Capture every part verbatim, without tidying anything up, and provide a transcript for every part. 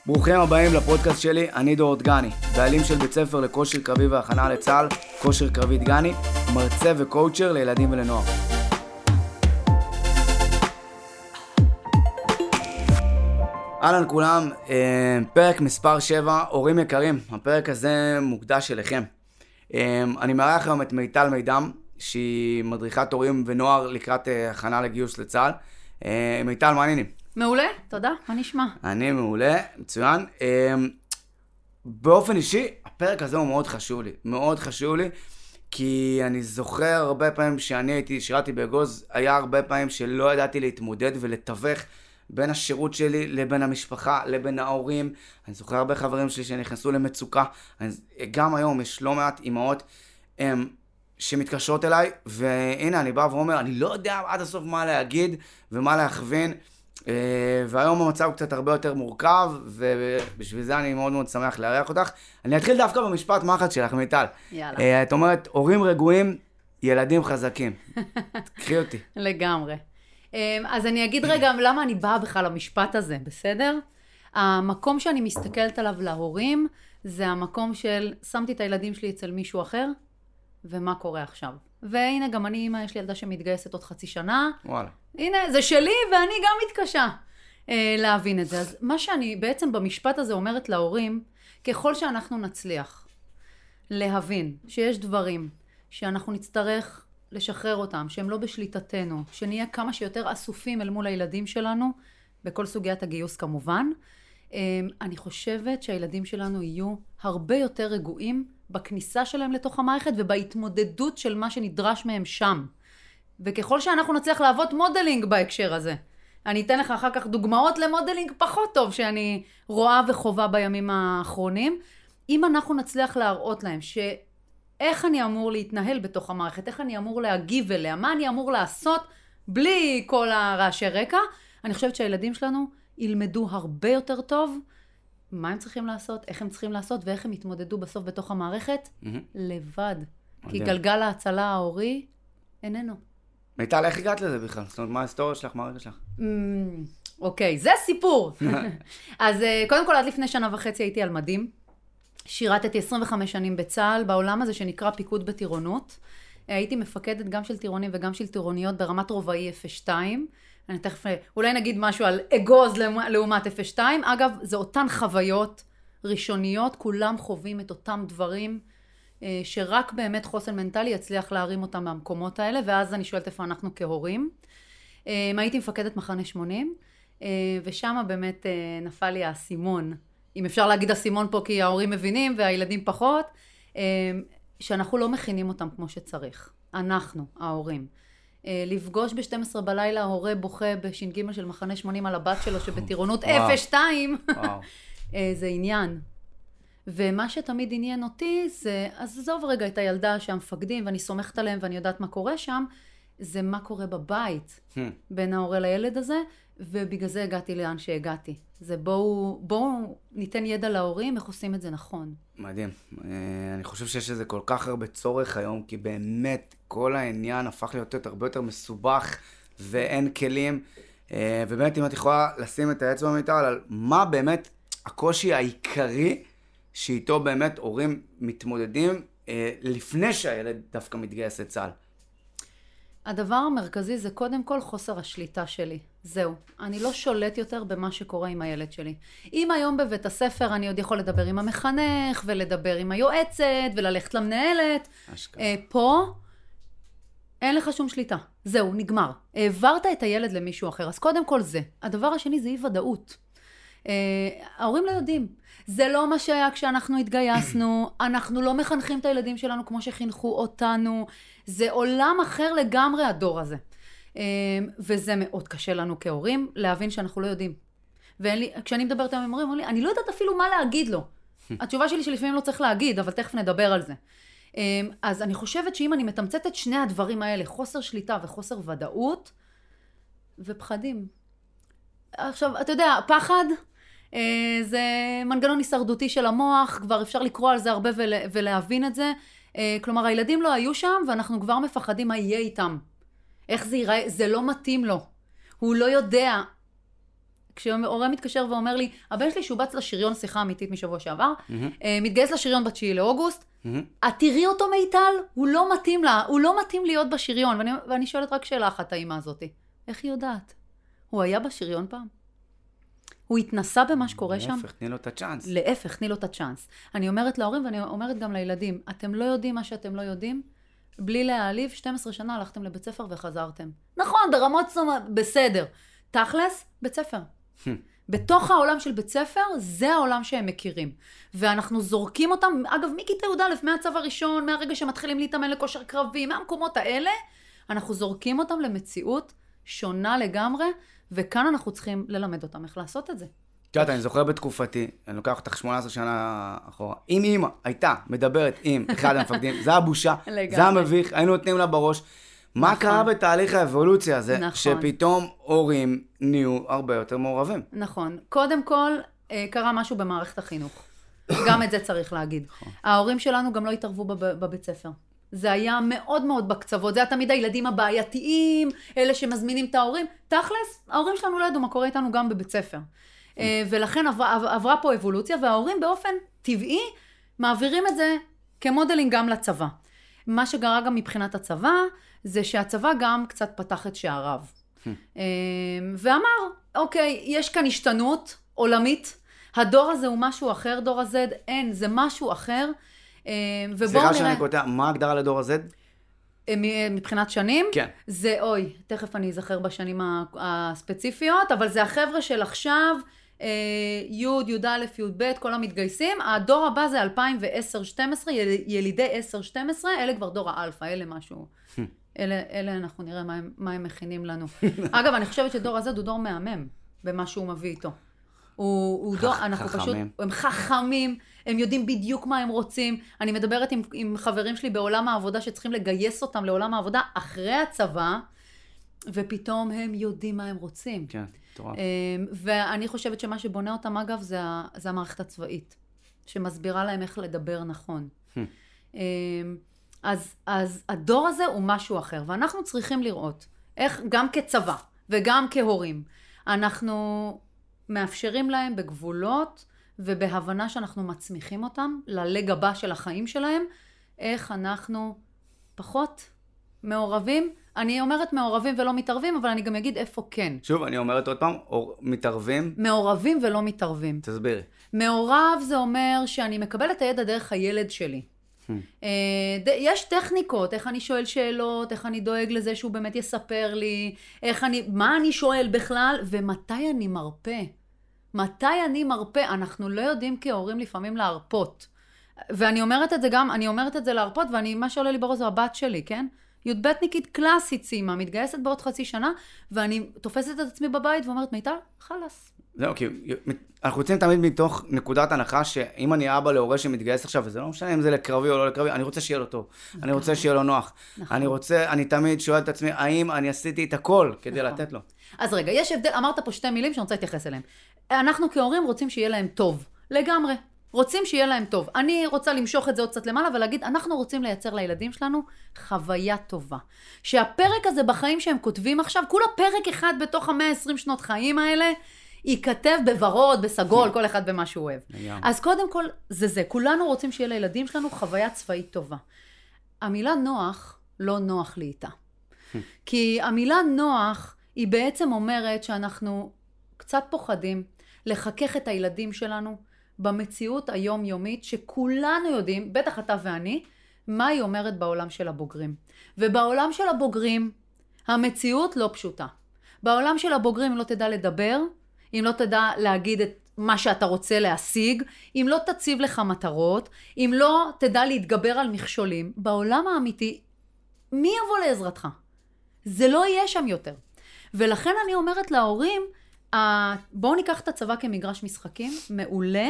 ברוכים הבאים לפודקאסט שלי, אני דור דגני, בעלים של בית ספר לכושר קרבי והכנה לצה"ל, כושר קרבי דגני, מרצה וקואוצ'ר לילדים ולנוער. אהלן כולם, פרק מספר שבע, הורים יקרים, הפרק הזה מוקדש אליכם. אני מארח היום את מיטל מידם, שהיא מדריכת הורים ונוער לקראת הכנה לגיוס לצה"ל. מיטל, מה העניינים? מעולה, תודה, מה נשמע? אני מעולה, מצוין. באופן אישי, הפרק הזה הוא מאוד חשוב לי, מאוד חשוב לי, כי אני זוכר הרבה פעמים שאני הייתי, שירתי באגוז, היה הרבה פעמים שלא ידעתי להתמודד ולתווך בין השירות שלי לבין המשפחה, לבין ההורים. אני זוכר הרבה חברים שלי שנכנסו למצוקה. אני, גם היום יש לא מעט אימהות הם, שמתקשרות אליי, והנה אני בא ואומר, אני לא יודע עד הסוף מה להגיד ומה להכווין, והיום המצב הוא קצת הרבה יותר מורכב, ובשביל זה אני מאוד מאוד שמח לארח אותך. אני אתחיל דווקא במשפט מחץ שלך, מיטל. יאללה. את אומרת, הורים רגועים, ילדים חזקים. תקחי אותי. לגמרי. אז אני אגיד רגע למה אני באה בכלל למשפט הזה, בסדר? המקום שאני מסתכלת עליו להורים, זה המקום של שמתי את הילדים שלי אצל מישהו אחר, ומה קורה עכשיו. והנה גם אני, אמא, יש לי ילדה שמתגייסת עוד חצי שנה. וואלה. הנה, זה שלי ואני גם מתקשה אה, להבין את זה. אז מה שאני בעצם במשפט הזה אומרת להורים, ככל שאנחנו נצליח להבין שיש דברים שאנחנו נצטרך לשחרר אותם, שהם לא בשליטתנו, שנהיה כמה שיותר אסופים אל מול הילדים שלנו, בכל סוגיית הגיוס כמובן, אה, אני חושבת שהילדים שלנו יהיו הרבה יותר רגועים בכניסה שלהם לתוך המערכת ובהתמודדות של מה שנדרש מהם שם. וככל שאנחנו נצליח לעבוד מודלינג בהקשר הזה, אני אתן לך אחר כך דוגמאות למודלינג פחות טוב שאני רואה וחובה בימים האחרונים, אם אנחנו נצליח להראות להם שאיך אני אמור להתנהל בתוך המערכת, איך אני אמור להגיב אליה, מה אני אמור לעשות בלי כל הרעשי רקע, אני חושבת שהילדים שלנו ילמדו הרבה יותר טוב מה הם צריכים לעשות, איך הם צריכים לעשות ואיך הם יתמודדו בסוף בתוך המערכת mm-hmm. לבד. כי גלגל ההצלה ההורי איננו. מיטל, איך הגעת לזה בכלל? זאת אומרת, מה ההיסטוריה שלך, מה הרגע שלך? אוקיי, זה סיפור. אז קודם כל, עד לפני שנה וחצי הייתי על מדים. שירתתי עשרים וחמש שנים בצה"ל, בעולם הזה שנקרא פיקוד בטירונות. הייתי מפקדת גם של טירונים וגם של טירוניות ברמת רובעי אפס שתיים. אני תכף, אולי נגיד משהו על אגוז לעומת אפס שתיים. אגב, זה אותן חוויות ראשוניות, כולם חווים את אותם דברים, שרק באמת חוסן מנטלי יצליח להרים אותם מהמקומות האלה, ואז אני שואלת איפה אנחנו כהורים. הייתי מפקדת מחנה שמונים, ושם באמת נפל לי האסימון, אם אפשר להגיד האסימון פה כי ההורים מבינים והילדים פחות, שאנחנו לא מכינים אותם כמו שצריך. אנחנו, ההורים. לפגוש ב-שתים עשרה בלילה ההורה בוכה בש"ג של מחנה שמונים על הבת שלו שבטירונות אפס שתיים, זה עניין. ומה שתמיד עניין אותי זה, אז עזוב רגע את הילדה שהמפקדים ואני סומכת עליהם ואני יודעת מה קורה שם, זה מה קורה בבית hmm. בין ההורה לילד הזה, ובגלל זה הגעתי לאן שהגעתי. זה בואו, בואו ניתן ידע להורים איך עושים את זה נכון. מדהים. אני חושב שיש איזה כל כך הרבה צורך היום, כי באמת כל העניין הפך להיות הרבה יותר מסובך ואין כלים, ובאמת אם את יכולה לשים את האצבע מיטל על מה באמת הקושי העיקרי שאיתו באמת הורים מתמודדים אה, לפני שהילד דווקא מתגייס לצה"ל. הדבר המרכזי זה קודם כל חוסר השליטה שלי. זהו. אני לא שולט יותר במה שקורה עם הילד שלי. אם היום בבית הספר אני עוד יכול לדבר עם המחנך ולדבר עם היועצת וללכת למנהלת, אה, פה אין לך שום שליטה. זהו, נגמר. העברת את הילד למישהו אחר. אז קודם כל זה. הדבר השני זה אי ודאות. Uh, ההורים לא יודעים. זה לא מה שהיה כשאנחנו התגייסנו, אנחנו לא מחנכים את הילדים שלנו כמו שחינכו אותנו, זה עולם אחר לגמרי הדור הזה. Uh, וזה מאוד קשה לנו כהורים להבין שאנחנו לא יודעים. וכשאני מדברת עם המורים, אומרים לי, אני לא יודעת אפילו מה להגיד לו. התשובה שלי שלפעמים לא צריך להגיד, אבל תכף נדבר על זה. Uh, אז אני חושבת שאם אני מתמצת את שני הדברים האלה, חוסר שליטה וחוסר ודאות, ופחדים. עכשיו, אתה יודע, פחד, זה מנגנון הישרדותי של המוח, כבר אפשר לקרוא על זה הרבה ולהבין את זה. כלומר, הילדים לא היו שם, ואנחנו כבר מפחדים מה יהיה איתם. איך זה ייראה? זה לא מתאים לו. הוא לא יודע. כשהורה מתקשר ואומר לי, הבן שלי שובץ לשריון, שיחה אמיתית משבוע שעבר, מתגייס לשריון בתשיעי לאוגוסט, את תראי אותו מיטל, הוא לא מתאים לה, הוא לא מתאים להיות בשריון, ואני, ואני שואלת רק שאלה אחת, האמא הזאת, איך היא יודעת? הוא היה בשריון פעם? הוא התנסה במה שקורה שם? להפך, תני לו את הצ'אנס. להפך, תני לו את הצ'אנס. אני אומרת להורים ואני אומרת גם לילדים, אתם לא יודעים מה שאתם לא יודעים, בלי להעליב, שתים עשרה שנה הלכתם לבית ספר וחזרתם. נכון, ברמות סומה, בסדר. תכלס, בית ספר. בתוך העולם של בית ספר, זה העולם שהם מכירים. ואנחנו זורקים אותם, אגב, מכיתה י"א, מהצו הראשון, מהרגע שמתחילים להתאמן לכושר קרבי, מהמקומות האלה, אנחנו זורקים אותם למציאות שונה לגמרי, וכאן אנחנו צריכים ללמד אותם איך לעשות את זה. תראה, אני זוכר בתקופתי, אני לוקח אותך שמונה עשרה שנה אחורה, אם אמא הייתה מדברת עם אחד המפקדים, זה הבושה, זה המביך, היינו נותנים לה בראש. מה קרה בתהליך האבולוציה הזה, שפתאום הורים נהיו הרבה יותר מעורבים? נכון. קודם כל, קרה משהו במערכת החינוך. גם את זה צריך להגיד. ההורים שלנו גם לא התערבו בבית ספר. זה היה מאוד מאוד בקצוות, זה היה תמיד הילדים הבעייתיים, אלה שמזמינים את ההורים. תכלס, ההורים שלנו לא ידעו מה קורה איתנו גם בבית ספר. ולכן עברה, עברה פה אבולוציה, וההורים באופן טבעי מעבירים את זה כמודלינג גם לצבא. מה שקרה גם מבחינת הצבא, זה שהצבא גם קצת פתח את שעריו. ואמר, אוקיי, יש כאן השתנות עולמית, הדור הזה הוא משהו אחר, דור ה-Z, אין, זה משהו אחר. סליחה שאני קוטע, מה הגדרה לדור ה-Z? מבחינת שנים? כן. זה, אוי, תכף אני אזכר בשנים הספציפיות, אבל זה החבר'ה של עכשיו, י', י' א', י' ב', כל המתגייסים. הדור הבא זה אלפיים ועשר שתים עשרה, ילידי עשר שתים עשרה, אלה כבר דור האלפא, אלה משהו. אלה, אלה אנחנו נראה מה הם, מה הם מכינים לנו. אגב, אני חושבת שדור הזה הוא דור מהמם, במה שהוא מביא איתו. הוא, הוא דור, אנחנו פשוט, הם חכמים, הם יודעים בדיוק מה הם רוצים. אני מדברת עם, עם חברים שלי בעולם העבודה שצריכים לגייס אותם לעולם העבודה אחרי הצבא, ופתאום הם יודעים מה הם רוצים. כן, טוב. ואני חושבת שמה שבונה אותם, אגב, זה, זה המערכת הצבאית, שמסבירה להם איך לדבר נכון. אז, אז הדור הזה הוא משהו אחר, ואנחנו צריכים לראות איך גם כצבא וגם כהורים, אנחנו מאפשרים להם בגבולות ובהבנה שאנחנו מצמיחים אותם ללג הבא של החיים שלהם, איך אנחנו פחות מעורבים. אני אומרת מעורבים ולא מתערבים, אבל אני גם אגיד איפה כן. שוב, אני אומרת עוד פעם, מתערבים. מעורבים ולא מתערבים. תסבירי. מעורב זה אומר שאני מקבל את הידע דרך הילד שלי. יש טכניקות, איך אני שואל שאלות, איך אני דואג לזה שהוא באמת יספר לי, איך אני, מה אני שואל בכלל, ומתי אני מרפא. מתי אני מרפא? אנחנו לא יודעים כהורים לפעמים להרפות. ואני אומרת את זה גם, אני אומרת את זה להרפות, ואני, מה שעולה לי בראש זה הבת שלי, כן? י"בניקית קלאסית סיימה, מתגייסת בעוד חצי שנה, ואני תופסת את עצמי בבית ואומרת, מיטל, חלס. זהו, כי אנחנו יוצאים תמיד מתוך נקודת הנחה שאם אני אבא להורה שמתגייס עכשיו, וזה לא משנה אם זה לקרבי או לא לקרבי, אני רוצה שיהיה לו טוב, אני רוצה שיהיה לו נוח. אני רוצה, אני תמיד שואל את עצמי, האם אני עשיתי את הכל כדי לתת לו? אז רגע, יש הבדל, אמרת פה שתי מילים שאני רוצה להתייחס אליהם. אנחנו כהורים רוצים שיהיה להם טוב, לגמרי. רוצים שיהיה להם טוב. אני רוצה למשוך את זה עוד קצת למעלה ולהגיד, אנחנו רוצים לייצר לילדים שלנו חוויה טובה. שהפרק הזה בחיים שהם כותבים עכשיו, כולה פרק אחד בתוך ה-מאה ועשרים שנות חיים האלה, ייכתב בוורוד, בסגול, כל אחד במה שהוא אוהב. אז קודם כל, זה זה. כולנו רוצים שיהיה לילדים שלנו חוויה צבאית טובה. המילה נוח, לא נוח לי איתה. כי המילה נוח, היא בעצם אומרת שאנחנו קצת פוחדים לחכך את הילדים שלנו, במציאות היומיומית שכולנו יודעים, בטח אתה ואני, מה היא אומרת בעולם של הבוגרים. ובעולם של הבוגרים, המציאות לא פשוטה. בעולם של הבוגרים, אם לא תדע לדבר, אם לא תדע להגיד את מה שאתה רוצה להשיג, אם לא תציב לך מטרות, אם לא תדע להתגבר על מכשולים, בעולם האמיתי, מי יבוא לעזרתך? זה לא יהיה שם יותר. ולכן אני אומרת להורים, בואו ניקח את הצבא כמגרש משחקים, מעולה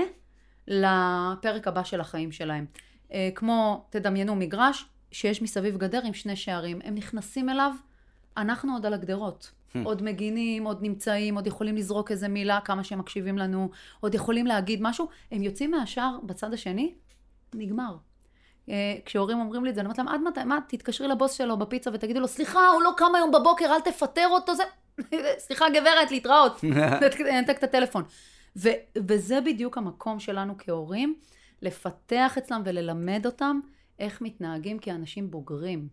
לפרק הבא של החיים שלהם. כמו, תדמיינו מגרש שיש מסביב גדר עם שני שערים, הם נכנסים אליו, אנחנו עוד על הגדרות. עוד מגינים, עוד נמצאים, עוד יכולים לזרוק איזה מילה, כמה שהם מקשיבים לנו, עוד יכולים להגיד משהו, הם יוצאים מהשער בצד השני, נגמר. כשהורים אומרים לי את זה, אני אומרת להם, עד מתי, מה, תתקשרי לבוס שלו בפיצה ותגידו לו, סליחה, הוא לא קם היום בבוקר, אל תפטר אותו, זה סליחה גברת, להתראות, נתק את הטלפון. ו- וזה בדיוק המקום שלנו כהורים, לפתח אצלם וללמד אותם איך מתנהגים כאנשים בוגרים.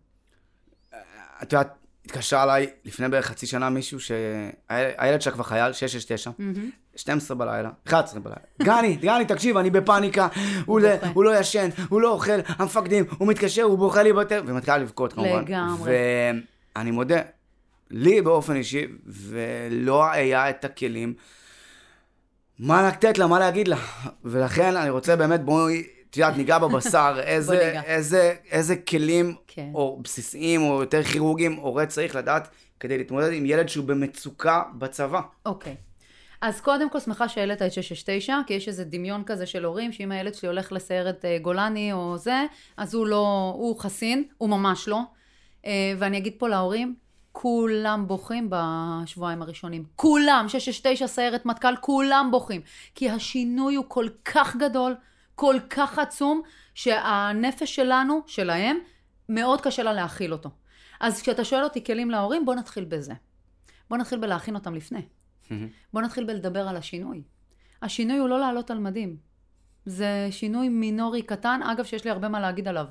את יודעת, התקשר עליי לפני בערך חצי שנה מישהו שהילד שלה כבר חייל, שש שש תשע, שתים עשרה בלילה, אחת עשרה בלילה. גני, גני, תקשיב, אני בפאניקה, הוא לא ישן, הוא לא אוכל, המפקדים, הוא מתקשר, הוא בוכה לי בטר, ומתחילה לבכות כמובן. לגמרי. ואני מודה, לי באופן אישי, ולא היה את הכלים, מה לתת לה, מה להגיד לה. ולכן אני רוצה באמת, בואי, תדעת, ניגע בבשר, איזה, איזה, איזה כלים, כן. או בסיסיים, או יותר כירורגיים, הורה צריך לדעת, כדי להתמודד עם ילד שהוא במצוקה בצבא. אוקיי. אז קודם כל שמחה שהעלית את שש שש תשע, כי יש איזה דמיון כזה של הורים, שאם הילד שלי הולך לסיירת גולני או זה, אז הוא לא, הוא חסין, הוא ממש לא. ואני אגיד פה להורים, כולם בוכים בשבועיים הראשונים. כולם, שש שש תשע סיירת מטכ"ל, כולם בוכים. כי השינוי הוא כל כך גדול, כל כך עצום, שהנפש שלנו, שלהם, מאוד קשה לה להכיל אותו. אז כשאתה שואל אותי כלים להורים, בוא נתחיל בזה. בוא נתחיל בלהכין אותם לפני. בוא נתחיל בלדבר על השינוי. השינוי הוא לא לעלות על מדים. זה שינוי מינורי קטן, אגב שיש לי הרבה מה להגיד עליו.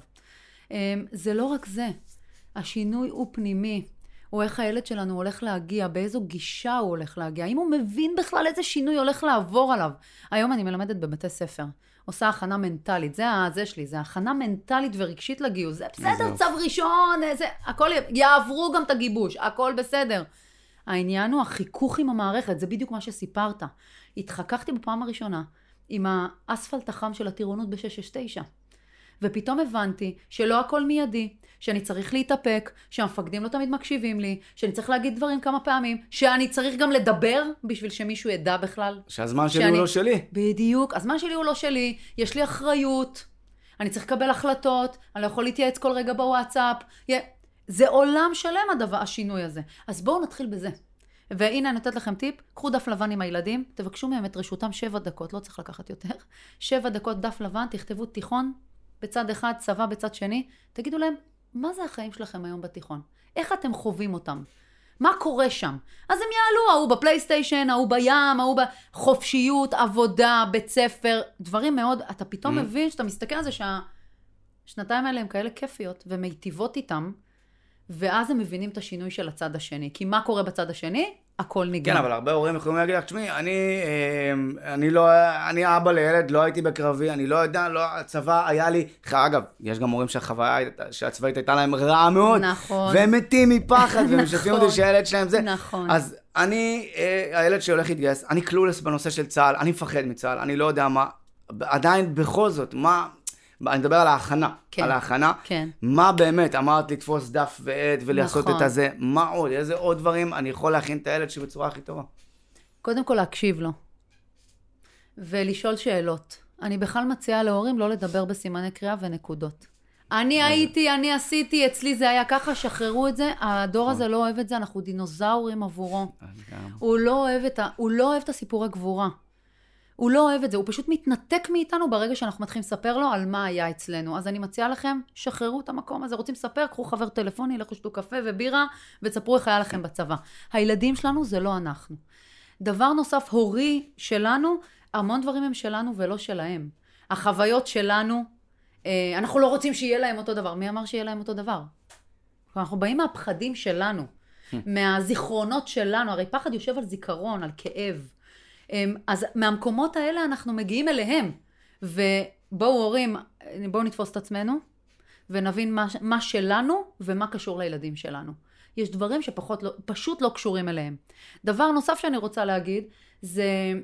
זה לא רק זה. השינוי הוא פנימי. הוא איך הילד שלנו הולך להגיע, באיזו גישה הוא הולך להגיע, האם הוא מבין בכלל איזה שינוי הולך לעבור עליו. היום אני מלמדת בבתי ספר, עושה הכנה מנטלית, זה זה שלי, זה הכנה מנטלית ורגשית לגיוס, זה בסדר, צו ראשון, זה, הכל יעברו גם את הגיבוש, הכל בסדר. העניין הוא החיכוך עם המערכת, זה בדיוק מה שסיפרת. התחככתי בפעם הראשונה עם האספלט החם של הטירונות ב-שש שש תשע, ופתאום הבנתי שלא הכל מיידי, שאני צריך להתאפק, שהמפקדים לא תמיד מקשיבים לי, שאני צריך להגיד דברים כמה פעמים, שאני צריך גם לדבר בשביל שמישהו ידע בכלל. שהזמן שלי שאני... הוא לא שלי. בדיוק, הזמן שלי הוא לא שלי, יש לי אחריות, אני צריך לקבל החלטות, אני לא יכול להתייעץ כל רגע בוואטסאפ, זה עולם שלם הדבר, השינוי הזה. אז בואו נתחיל בזה. והנה אני נותנת לכם טיפ, קחו דף לבן עם הילדים, תבקשו מהם את רשותם שבע דקות, לא צריך לקחת יותר, שבע דקות דף לבן, תכתבו תיכון, בצד אחד, צבא בצד שני, תגידו להם, מה זה החיים שלכם היום בתיכון? איך אתם חווים אותם? מה קורה שם? אז הם יעלו, ההוא בפלייסטיישן, ההוא בים, ההוא בחופשיות, עבודה, בית ספר, דברים מאוד, אתה פתאום mm-hmm. מבין שאתה מסתכל על זה שהשנתיים האלה הם כאלה כיפיות ומיטיבות איתם, ואז הם מבינים את השינוי של הצד השני. כי מה קורה בצד השני? הכל נגמר. כן, אבל הרבה הורים יכולים להגיד לך, תשמעי, אני, אני לא, אני אבא לילד, לא הייתי בקרבי, אני לא יודע, לא, הצבא היה לי, אגב, יש גם הורים שהחוויה, שהצבאית הייתה להם רעה מאוד, נכון. והם מתים מפחד, והם משתפים אותי שהילד שלהם זה. נכון. אז אני, הילד שהולך להתגייס, אני קלולס בנושא של צה"ל, אני מפחד מצה"ל, אני לא יודע מה, עדיין בכל זאת, מה... אני מדבר על ההכנה, כן, על ההכנה, כן. מה באמת, אמרת לתפוס דף ועד ולעשות נכון. את הזה, מה עוד, איזה עוד דברים אני יכול להכין את הילד שבצורה הכי טובה? קודם כל להקשיב לו, ולשאול שאלות. אני בכלל מציעה להורים לא לדבר בסימני קריאה ונקודות. אני הייתי, אני עשיתי, אצלי זה היה ככה, שחררו את זה, הדור הזה לא אוהב את זה, אנחנו דינוזאורים עבורו. הוא לא אוהב את, הוא לא אוהב את הסיפורי גבורה. הוא לא אוהב את זה, הוא פשוט מתנתק מאיתנו ברגע שאנחנו מתחילים לספר לו על מה היה אצלנו. אז אני מציעה לכם, שחררו את המקום הזה, רוצים לספר, קחו חבר טלפוני, לכו שתו קפה ובירה, ותספרו איך היה לכם בצבא. הילדים שלנו זה לא אנחנו. דבר נוסף, הורי שלנו, המון דברים הם שלנו ולא שלהם. החוויות שלנו, אנחנו לא רוצים שיהיה להם אותו דבר. מי אמר שיהיה להם אותו דבר? אנחנו באים מהפחדים שלנו, מהזיכרונות שלנו, הרי פחד יושב על זיכרון, על כאב. אז מהמקומות האלה אנחנו מגיעים אליהם, ובואו הורים, בואו נתפוס את עצמנו, ונבין מה, מה שלנו ומה קשור לילדים שלנו. יש דברים שפחות לא, פשוט לא קשורים אליהם. דבר נוסף שאני רוצה להגיד, זה,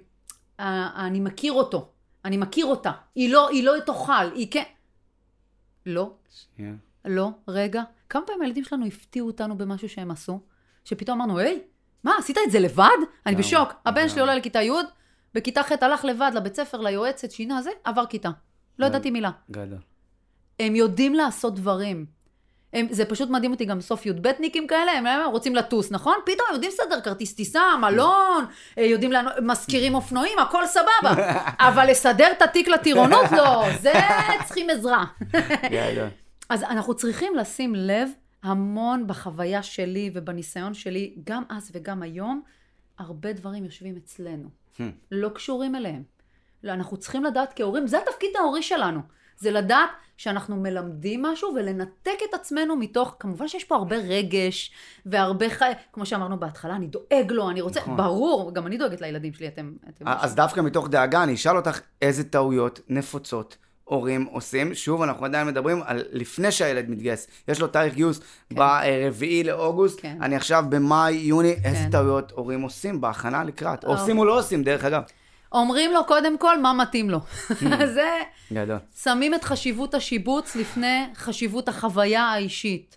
אני מכיר אותו, אני מכיר אותה, היא לא, היא לא תאכל, היא כן. לא, yeah. לא, רגע. כמה פעמים הילדים שלנו הפתיעו אותנו במשהו שהם עשו, שפתאום אמרנו, היי, מה, עשית את זה לבד? אני בשוק. הבן שלי עולה לכיתה י', בכיתה ח' הלך לבד לבית ספר, ליועצת, שינה, זה, עבר כיתה. לא ידעתי מילה. גדול. הם יודעים לעשות דברים. זה פשוט מדהים אותי גם סוף י"בניקים כאלה, הם רוצים לטוס, נכון? פתאום יודעים סדר, כרטיס טיסה, מלון, יודעים, מזכירים אופנועים, הכל סבבה. אבל לסדר את התיק לטירונות, לא, זה צריכים עזרה. אז אנחנו צריכים לשים לב, המון בחוויה שלי ובניסיון שלי, גם אז וגם היום, הרבה דברים יושבים אצלנו. לא קשורים אליהם. לא, אנחנו צריכים לדעת כהורים, זה התפקיד ההורי שלנו. זה לדעת שאנחנו מלמדים משהו ולנתק את עצמנו מתוך, כמובן שיש פה הרבה רגש והרבה חי... כמו שאמרנו בהתחלה, אני דואג לו, אני רוצה, נכון. ברור, גם אני דואגת לילדים שלי, אתם... אתם אז משהו. דווקא מתוך דאגה, אני אשאל אותך איזה טעויות נפוצות הורים עושים. שוב, אנחנו עדיין מדברים על לפני שהילד מתגייס. יש לו תאריך גיוס כן. ברביעי לאוגוסט, כן. אני עכשיו במאי, יוני, כן. איזה טעויות הורים עושים בהכנה לקראת? או עושים או לא עושים, דרך אגב. אומרים לו קודם כל מה מתאים לו. זה... גדול. שמים את חשיבות השיבוץ לפני חשיבות החוויה האישית.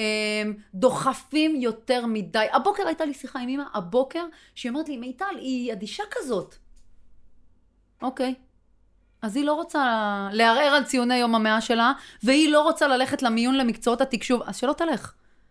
דוחפים יותר מדי. הבוקר הייתה לי שיחה עם אמא, הבוקר, שהיא אומרת לי, מיטל, היא אדישה כזאת. אוקיי. אז היא לא רוצה לערער על ציוני יום המאה שלה, והיא לא רוצה ללכת למיון למקצועות התקשוב, אז שלא תלך.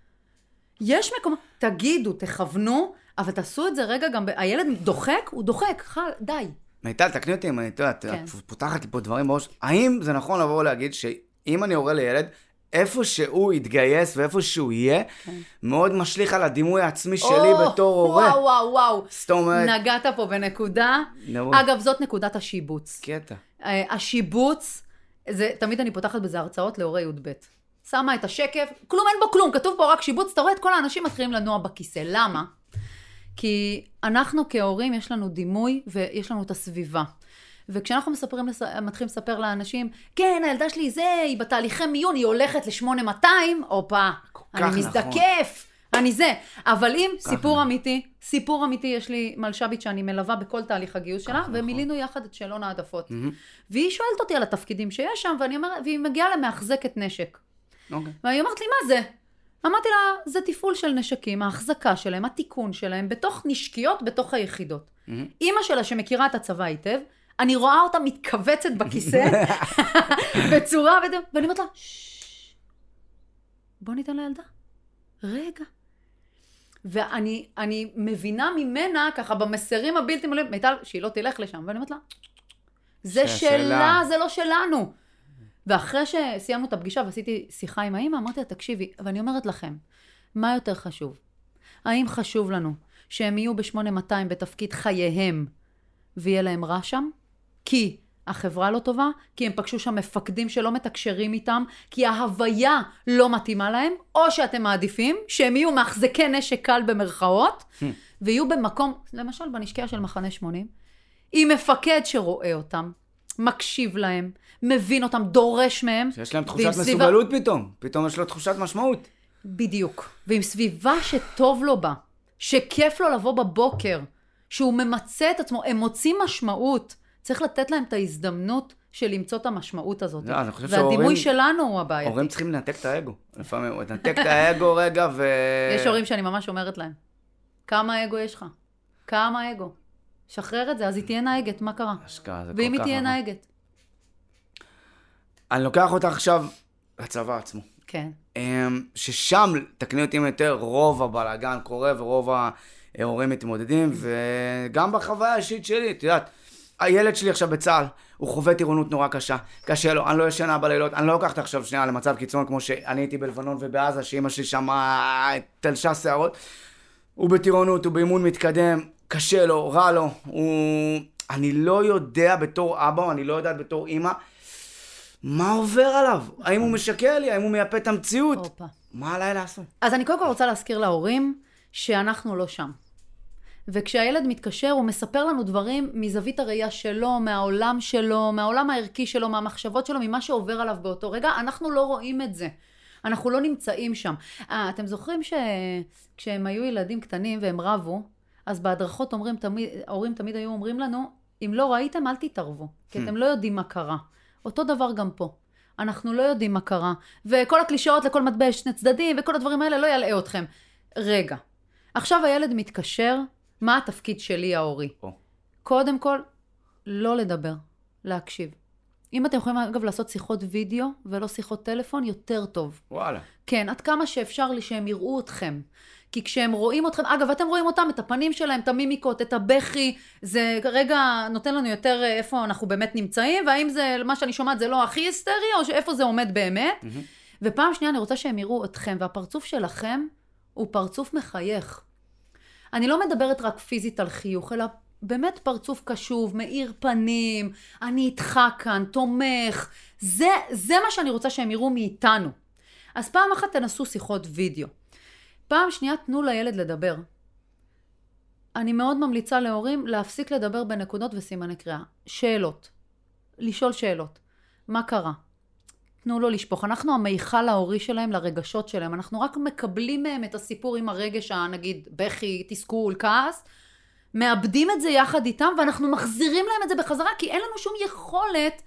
יש מקום, תגידו, תכוונו, אבל תעשו את זה רגע גם, הילד דוחק, הוא דוחק, חל, די. מיטל, תקני אותי אם אני, אתה יודע, את פותחת לי פה דברים בראש, האם זה נכון לבוא ולהגיד שאם אני הורה לילד, איפה שהוא יתגייס ואיפה שהוא יהיה, מאוד משליך על הדימוי העצמי שלי בתור הורה. וואו, וואו, וואו. זאת אומרת... נגעת פה בנקודה. אגב, זאת נקודת השיבוץ. קטע. השיבוץ, זה, תמיד אני פותחת בזה הרצאות להורי י' ב'. שמה את השקף, כלום אין בו כלום, כתוב פה רק שיבוץ, אתה רואה את כל האנשים מתחילים לנוע בכיסא. למה? כי אנחנו כהורים יש לנו דימוי ויש לנו את הסביבה. וכשאנחנו מספרים, מתחילים לספר לאנשים, כן, הילדה שלי זה, היא בתהליכי מיון, היא הולכת ל-שמונה מאתיים, אופה, אני מזדקף, אני זה. אבל אם סיפור אמיתי, סיפור אמיתי, יש לי מלשבית שאני מלווה בכל תהליך הגיוס שלה, ומילינו יחד את שאלון העדפות. והיא שואלת אותי על התפקידים שיש שם, והיא מגיעה למאחזקת נשק. והיא אומרת לי, מה זה? אמרתי לה, זה טיפול של נשקים, ההחזקה שלהם, התיקון שלהם, בתוך נשקיות, בתוך היחידות. אמא שלה שמכירה את הצבא היטב, אני רואה אותה מתכווצת בכיסא, בצורה, ואני אומרת לה, בוא ניתן לילדה. רגע. ואני אני מבינה ממנה, ככה במסרים הבלתי מלאים, מיטל, שהיא לא תלך לשם, ואני אומרת לה, זה שלה, זה לא שלנו. ואחרי שסיימנו את הפגישה ועשיתי שיחה עם האמא, אמרתי לה, תקשיבי, ואני אומרת לכם, מה יותר חשוב? האם חשוב לנו שהם יהיו ב-שמונה מאתיים בתפקיד חייהם, ויהיה להם רע שם? כי החברה לא טובה, כי הם פגשו שם מפקדים שלא מתקשרים איתם, כי ההוויה לא מתאימה להם, או שאתם מעדיפים שהם יהיו מחזקי נשק קל במרכאות, ויהיו במקום, למשל בנשקיה של מחנה שמונים, עם מפקד שרואה אותם, מקשיב להם, מבין אותם, דורש מהם. שיש להם תחושת מסוגלות פתאום, פתאום יש לו תחושת משמעות. בדיוק, ועם סביבה שטוב לו בה, שכיף לו לבוא בבוקר, שהוא ממצא את עצמו, הם מוצאים משמעות, צריך לתת להם את ההזדמנות של למצוא את המשמעות הזאת. לא, אני חושב והדימוי שהורים, שלנו הוא הבעייתי. הורים צריכים לנתק את האגו. לפעמים, לנתק את האגו רגע ו... יש הורים שאני ממש אומרת להם, כמה אגו יש לך? כמה אגו? שחרר את זה, אז היא תהיה נהגת, מה קרה? השקעה, זה ואם כל היא תהיה נהגת? אני לוקח אותך עכשיו לצבא עצמו. כן. ששם, תקני אותי יותר, רוב הבלגן קורה ורוב ההורים מתמודדים, וגם בחוויה האישית שלי, את יודעת, הילד שלי עכשיו בצה"ל, הוא חווה טירונות נורא קשה, קשה לו, אני לא ישנה בלילות, אני לא לוקחת עכשיו שנייה למצב קיצון כמו שאני הייתי בלבנון ובעזה, שאמא שלי שם תלשה שערות, הוא בטירונות, הוא באימון מתקדם, קשה לו, רע לו, הוא... אני לא יודע בתור אבא, או אני לא יודעת בתור אמא, מה עובר עליו? האם הוא משקר לי? האם הוא מייפה את המציאות? אופה. מה עליי לעשות? אז אני קודם כל רוצה להזכיר להורים שאנחנו לא שם. וכשהילד מתקשר, הוא מספר לנו דברים מזווית הראייה שלו, מהעולם שלו, מהעולם הערכי שלו, מהמחשבות שלו, ממה שעובר עליו באותו רגע. אנחנו לא רואים את זה. אנחנו לא נמצאים שם. אה, אתם זוכרים שכשהם היו ילדים קטנים והם רבו, אז בהדרכות אומרים, תמיד, ההורים תמיד היו אומרים לנו, אם לא ראיתם, אל תתערבו, כי אתם לא יודעים מה קרה. אותו דבר גם פה. אנחנו לא יודעים מה קרה. וכל הקלישאות לכל מטבע שני צדדים, וכל הדברים האלה לא ילאה אתכם. רגע. עכשיו הילד מתקשר, מה התפקיד שלי ההורי? Oh. קודם כל, לא לדבר, להקשיב. אם אתם יכולים אגב לעשות שיחות וידאו ולא שיחות טלפון, יותר טוב. וואלה. כן, עד כמה שאפשר לי שהם יראו אתכם. כי כשהם רואים אתכם, אגב, אתם רואים אותם, את הפנים שלהם, את המימיקות, את הבכי, זה רגע נותן לנו יותר איפה אנחנו באמת נמצאים, והאם זה, מה שאני שומעת זה לא הכי היסטרי, או איפה זה עומד באמת. Mm-hmm. ופעם שנייה אני רוצה שהם יראו אתכם, והפרצוף שלכם הוא פרצוף מחייך. אני לא מדברת רק פיזית על חיוך, אלא באמת פרצוף קשוב, מאיר פנים, אני איתך כאן, תומך. זה, זה מה שאני רוצה שהם יראו מאיתנו. אז פעם אחת תנסו שיחות וידאו. פעם שנייה תנו לילד לדבר. אני מאוד ממליצה להורים להפסיק לדבר בנקודות וסימני קריאה. שאלות. לשאול שאלות. מה קרה? תנו לו לשפוך. אנחנו המיכל ההורי שלהם לרגשות שלהם. אנחנו רק מקבלים מהם את הסיפור עם הרגש, נגיד, בכי, תסכול, כעס. מאבדים את זה יחד איתם, ואנחנו מחזירים להם את זה בחזרה, כי אין לנו שום יכולת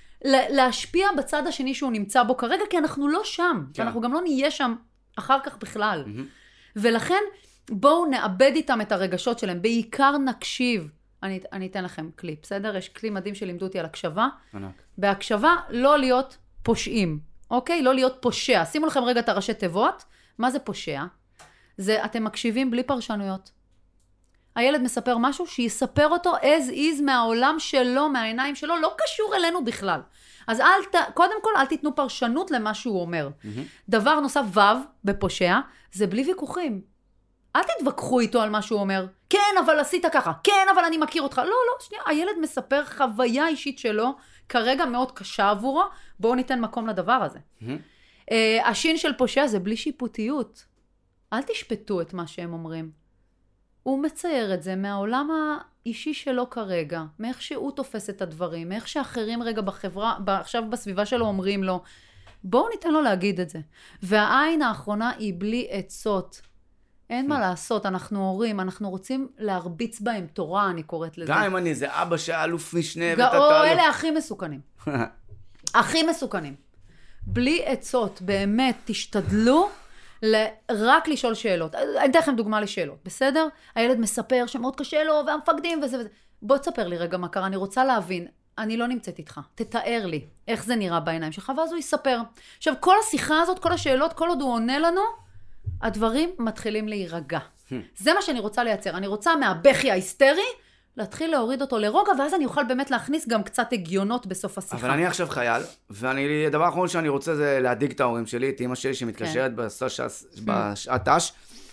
להשפיע בצד השני שהוא נמצא בו כרגע, כי אנחנו לא שם. כן. אנחנו גם לא נהיה שם אחר כך בכלל. Mm-hmm. ולכן, בואו נאבד איתם את הרגשות שלהם. בעיקר נקשיב. אני, אני אתן לכם כלי, בסדר? יש כלי מדהים שלימדו אותי על הקשבה. ענק. בהקשבה, לא להיות פושעים. אוקיי? לא להיות פושע. שימו לכם רגע את הראשי תיבות. מה זה פושע? זה אתם מקשיבים בלי פרשנויות. הילד מספר משהו שיספר אותו as is מהעולם שלו, מהעיניים שלו, לא קשור אלינו בכלל. אז אל ת, קודם כל אל תיתנו פרשנות למה שהוא אומר. Mm-hmm. דבר נוסף, וו, בפושע, זה בלי ויכוחים. אל תתווכחו איתו על מה שהוא אומר. כן, אבל עשית ככה. כן, אבל אני מכיר אותך. לא, לא, שנייה. הילד מספר חוויה אישית שלו, כרגע מאוד קשה עבורו. בואו ניתן מקום לדבר הזה. Mm-hmm. Uh, השין של פושע זה בלי שיפוטיות. אל תשפטו את מה שהם אומרים. הוא מצייר את זה מהעולם האישי שלו כרגע, מאיך שהוא תופס את הדברים, מאיך שאחרים רגע בחברה, עכשיו בסביבה שלו אומרים לו, בואו ניתן לו להגיד את זה. והעין האחרונה היא בלי עצות. אין מה לעשות, אנחנו הורים, אנחנו רוצים להרביץ בהם תורה, אני קוראת לזה. גם אם אני זה אבא שאלוף משנה ותתה... או אלה הכי מסוכנים. הכי מסוכנים. בלי עצות, באמת, תשתדלו רק לשאול שאלות. אני אתן לכם דוגמה לשאלות, בסדר? הילד מספר שמאוד קשה לו, והמפקדים וזה וזה. בוא תספר לי רגע מה קרה, אני רוצה להבין. אני לא נמצאת איתך. תתאר לי איך זה נראה בעיניים שלך, ואז הוא יספר. עכשיו, כל השיחה הזאת, כל השאלות, כל עוד הוא עונה לנו, הדברים מתחילים להירגע. זה מה שאני רוצה לייצר. אני רוצה מהבכי ההיסטרי, להתחיל להוריד אותו לרוגע, ואז אני אוכל באמת להכניס גם קצת הגיונות בסוף השיחה. אבל אני עכשיו חייל, ואני, הדבר האחרון שאני רוצה זה להדיג את ההורים שלי, את אמא שלי שמתקשרת כן. בשעת תש,